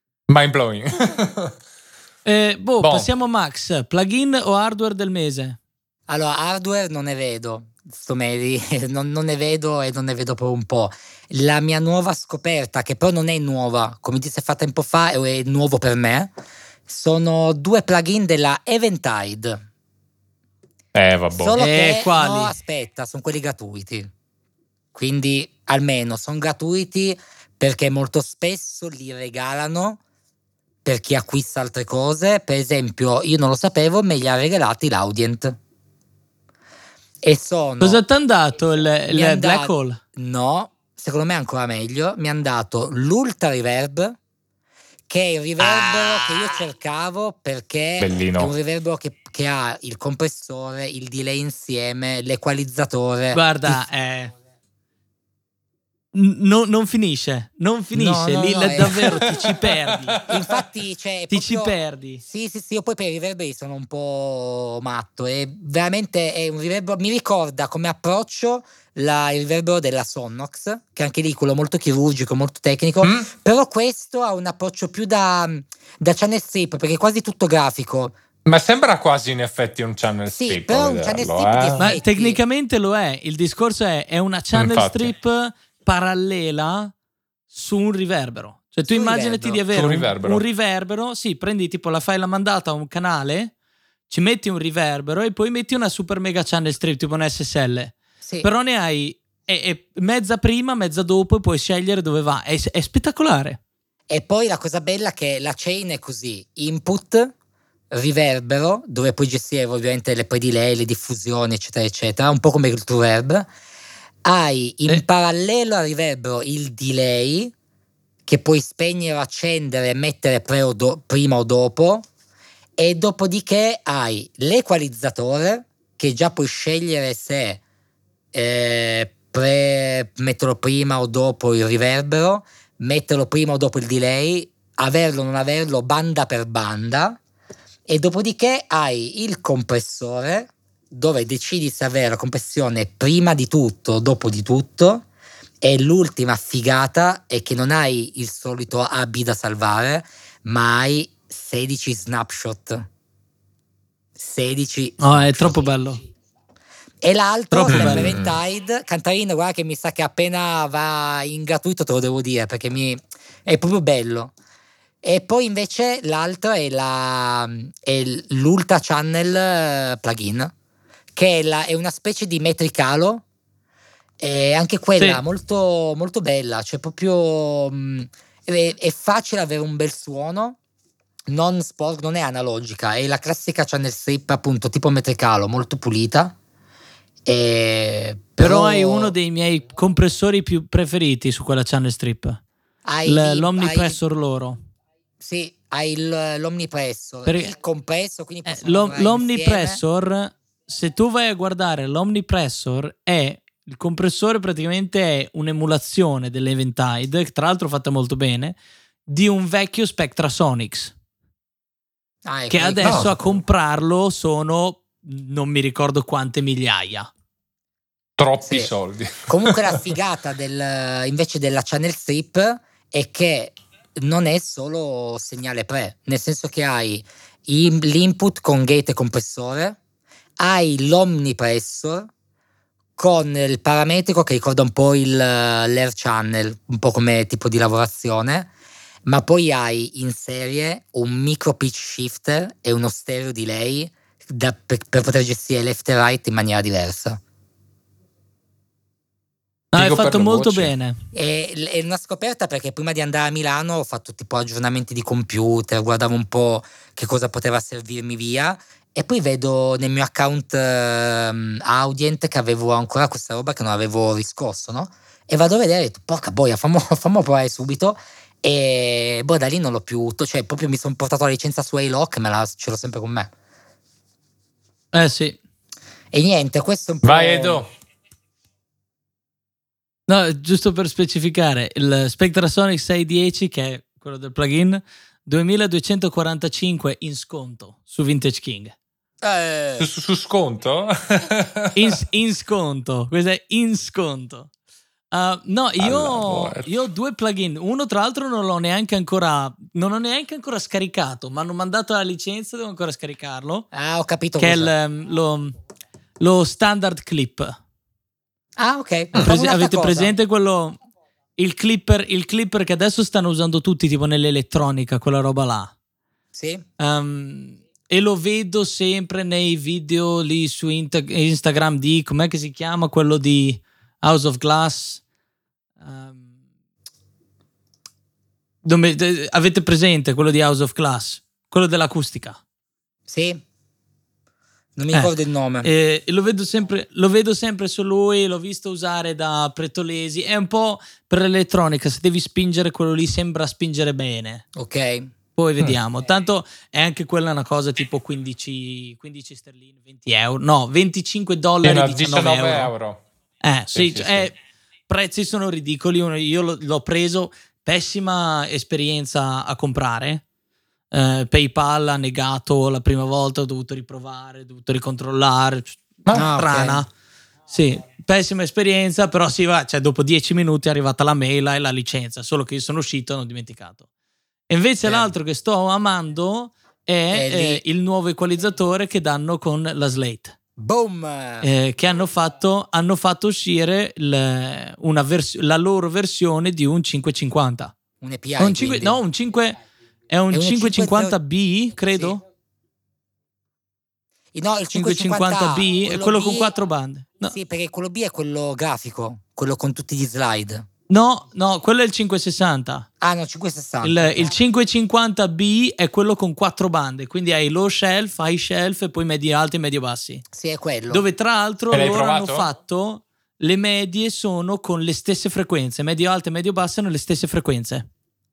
Mind blowing. Eh, boh, Boh. passiamo a Max, plugin o hardware del mese? Allora, hardware non ne vedo, sto medi, non, non ne vedo e non ne vedo per un po'. La mia nuova scoperta, che però non è nuova, come disse fa tempo fa, è, è nuovo per me, sono due plugin della Eventide. Eh, vabbè. Solo Eh, che, quali? no, aspetta, sono quelli gratuiti. Quindi, almeno, sono gratuiti perché molto spesso li regalano per chi acquista altre cose. Per esempio, io non lo sapevo, me li ha regalati l'Audient. E sono... Cosa ti hanno dato il, il mi han Black dato- Hole? No, secondo me è ancora meglio. Mi hanno dato l'Ultra Reverb, che è il riverbero Ah! che io cercavo, perché Bellino. è un riverbero che, che ha il compressore, il delay insieme, l'equalizzatore. Guarda, Ti- eh, n- no- non finisce, non finisce, No, no, lì no, la- è- davvero ti ci perdi. Infatti, cioè, è Ti ci proprio- perdi. Sì, sì, sì, io poi per i riverberi sono un po' matto e veramente è un riverbero, mi ricorda come approccio la- il riverbero della Sonnox, che anche lì quello molto chirurgico, molto tecnico, Mm? però questo ha un approccio più da, da channel strip, perché è quasi tutto grafico. Ma sembra quasi in effetti un channel Sì, strip. però a un channel vederlo, strip di eh. effetti. Ma Metti- tecnicamente lo è. Il discorso è, è una channel Infatti. strip parallela su un riverbero. Cioè tu Su un immaginati di riverbero. avere Su un un, riverbero. un riverbero, sì, prendi tipo la fai la mandata a un canale, ci metti un riverbero e poi metti una super mega channel strip tipo un S S L. Sì. Però ne hai è, è mezza prima, mezza dopo e puoi scegliere dove va. È, è spettacolare. E poi la cosa bella è che la chain è così: input, riverbero, dove puoi gestire ovviamente le pre-delay, le diffusioni, eccetera, eccetera, un po' come il True Verb. Hai in Eh. parallelo al riverbero il delay, che puoi spegnere, accendere e mettere pre o do- prima o dopo, e dopodiché hai l'equalizzatore, che già puoi scegliere se eh, pre- metterlo prima o dopo il riverbero, metterlo prima o dopo il delay, averlo o non averlo banda per banda, e dopodiché hai il compressore, dove decidi se avere la compressione prima di tutto o dopo di tutto. E l'ultima figata è che non hai il solito A B da salvare, ma hai sedici snapshot. sedici No, è snapshot. troppo bello. E l'altro, Troppo sempre bello. Eventide, Cantarino, guarda che mi sa che appena va in gratuito te lo devo dire, perché mi è proprio bello. E poi invece l'altro è, la, è l'Ultra Channel eh, plugin, che è, la- è una specie di metricalo, e anche quella Sì. molto, molto bella, cioè proprio mh, è, è facile avere un bel suono, non sporco, non è analogica, è la classica channel strip appunto tipo metricalo, molto pulita. E Però hai uno dei miei compressori più preferiti su quella channel strip. hai L- lì- l'omnipressor hai- loro. Sì, hai il- l'omnipressor, Perché- il compresso, quindi Eh, possono l'om- lavorare l'omnipressor, se tu vai a guardare l'omnipressor, è il compressore praticamente è un'emulazione dell'Eventide, che tra l'altro fatta molto bene, di un vecchio Spectrasonics, insieme. Ah, ecco, che ecco. adesso No. a comprarlo sono non mi ricordo quante migliaia. Troppi Sì. soldi. Comunque la figata del, invece della channel strip è che non è solo segnale pre, nel senso che hai i- l'input con gate e compressore, hai l'omnipressor con il parametrico che ricorda un po' il, l'air channel, un po' come tipo di lavorazione, ma poi hai in serie un micro pitch shifter e uno stereo delay da- per, per poter gestire left e right in maniera diversa. No, è Figo per fatto le molto voci. bene. E l- è una scoperta, perché prima di andare a Milano ho fatto tipo aggiornamenti di computer, guardavo un po' che cosa poteva servirmi via, e poi vedo nel mio account ehm, Audient che avevo ancora questa roba che non avevo riscosso, no? E vado a vedere e ho detto, porca boia, fammo, fammo provare subito. E boh, da lì non l'ho più, cioè proprio mi sono portato la licenza su A-Lock e me la ce l'ho sempre con me. Eh sì. E niente, questo è un po'. Vai Edo. No, giusto per specificare, il Spectrasonic sei dieci, che è quello del plugin, duemiladuecentoquarantacinque in sconto su Vintage King. Eh, Su, su sconto? In, in sconto, questo è in sconto. Uh, no, io, Alla io ho due plugin. Uno, tra l'altro, non l'ho neanche ancora. Non ho neanche ancora scaricato. Mi hanno mandato la licenza, devo ancora scaricarlo. ah, ho capito Che è cos'è. il, lo, lo standard clip. Ah, ok. Prese- avete cosa. presente quello, il clipper, il clipper che adesso stanno usando tutti, tipo nell'elettronica, quella roba là. Sì. Um, e lo vedo sempre nei video lì su Inter- Instagram di, com'è che si chiama, quello di House of Glass. Um, dove, de, avete presente quello di House of Glass? Quello dell'acustica. Sì. Non mi ricordo eh, il nome. Eh, lo vedo sempre, lo vedo sempre su lui, l'ho visto usare da Pretolesi. È un po' per l'elettronica, se devi spingere quello lì sembra spingere bene. Ok. Poi vediamo. Tanto è anche quella una cosa tipo quindici, quindici sterline, venti euro. No, venticinque dollari, diciannove euro. euro. Eh, sì, sì, sì, eh, sì. Prezzi sono ridicoli. Io l'ho preso, pessima esperienza a comprare. Uh, PayPal ha negato la prima volta, ho dovuto riprovare, ho dovuto ricontrollare. Ah, strana, okay. Sì, pessima esperienza, però sì, va, cioè, dopo dieci minuti è arrivata la mail e la licenza, solo che io sono uscito e non ho dimenticato. E invece eh. l'altro che sto amando è eh, il nuovo equalizzatore che danno con la Slate. Boom! Eh, che hanno fatto, hanno fatto uscire le, una vers- la loro versione di un cinquecentocinquanta. Un A P I, un cinque, no, un cinque È un cinquecentocinquanta B, credo? Sì. No, il cinquecentocinquanta B è quello B, con quattro bande. No. Sì, perché quello B è quello grafico, quello con tutti gli slide. No, no, quello è il cinquecentosessanta. Ah, no, cinquecentosessanta. Il, il cinquecentocinquanta B è quello con quattro bande, quindi hai low shelf, high shelf e poi medio alti e medio bassi. Sì, è quello. Dove tra l'altro loro hanno fatto le medie sono con le stesse frequenze, medio alte e medio basse hanno le stesse frequenze.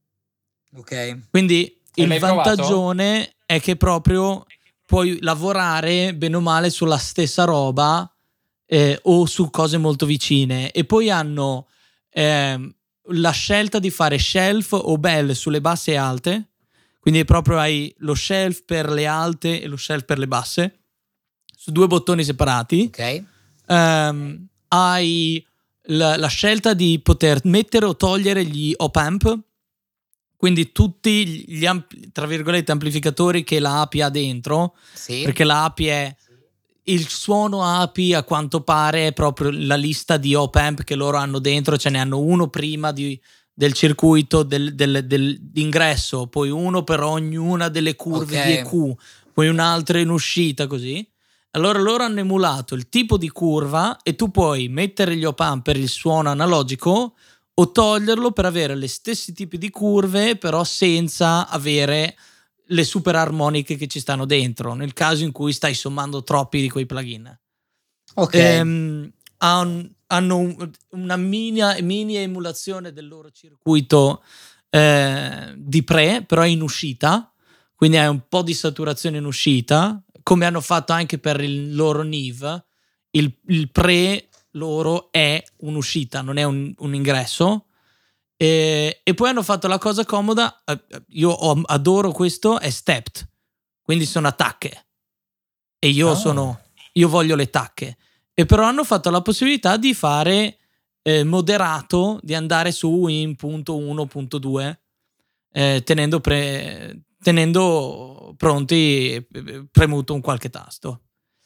Ok. Quindi il vantagione provato? È che proprio puoi lavorare bene o male sulla stessa roba eh, o su cose molto vicine. E poi hanno eh, la scelta di fare shelf o bell sulle basse e alte. Quindi proprio hai lo shelf per le alte e lo shelf per le basse su due bottoni separati. Ok. Um, hai la, la scelta di poter mettere o togliere gli op-amp. Quindi tutti gli ampli, tra virgolette amplificatori che la A P I ha dentro, sì. Perché la A P I è il suono A P I, a quanto pare è proprio la lista di op-amp che loro hanno dentro, ce ne hanno uno prima di, del circuito del, del, del, d'ingresso, poi uno per ognuna delle curve okay. di E Q, poi un altro in uscita, così. Allora loro hanno emulato il tipo di curva e tu puoi mettere gli op-amp per il suono analogico o toglierlo per avere gli stessi tipi di curve, però senza avere le super armoniche che ci stanno dentro, nel caso in cui stai sommando troppi di quei plugin. Ok. Ehm, hanno un, una mini, mini emulazione del loro circuito eh, di pre, però in uscita, quindi hai un po' di saturazione in uscita, come hanno fatto anche per il loro N I V. Il, il pre loro è un'uscita, non è un, un ingresso. E, e poi hanno fatto la cosa comoda, io ho, adoro questo, è stepped, quindi sono a tacche e io oh. sono io voglio le tacche, e però hanno fatto la possibilità di fare eh, moderato, di andare su in punto uno punto due eh, tenendo, pre, tenendo pronti premuto un qualche tasto.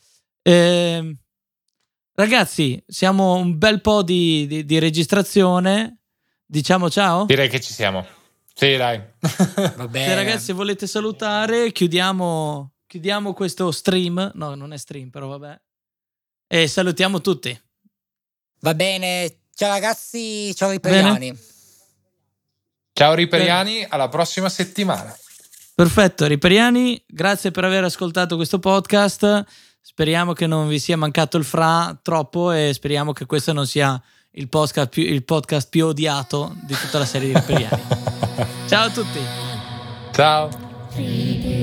eh, Ragazzi, siamo un bel po' di, di, di registrazione. Diciamo ciao? Direi che ci siamo. Sì, dai. Va bene. Se ragazzi volete salutare, chiudiamo, chiudiamo questo stream. No, non è stream, però vabbè. E salutiamo tutti. Va bene. Ciao ragazzi, ciao Riperiani. Bene. Ciao Riperiani, bene. Alla prossima settimana. Perfetto, Riperiani, grazie per aver ascoltato questo podcast. Speriamo che non vi sia mancato il fra troppo e speriamo che questo non sia il podcast più, il podcast più odiato di tutta la serie di Riperiani. Ciao a tutti. Ciao.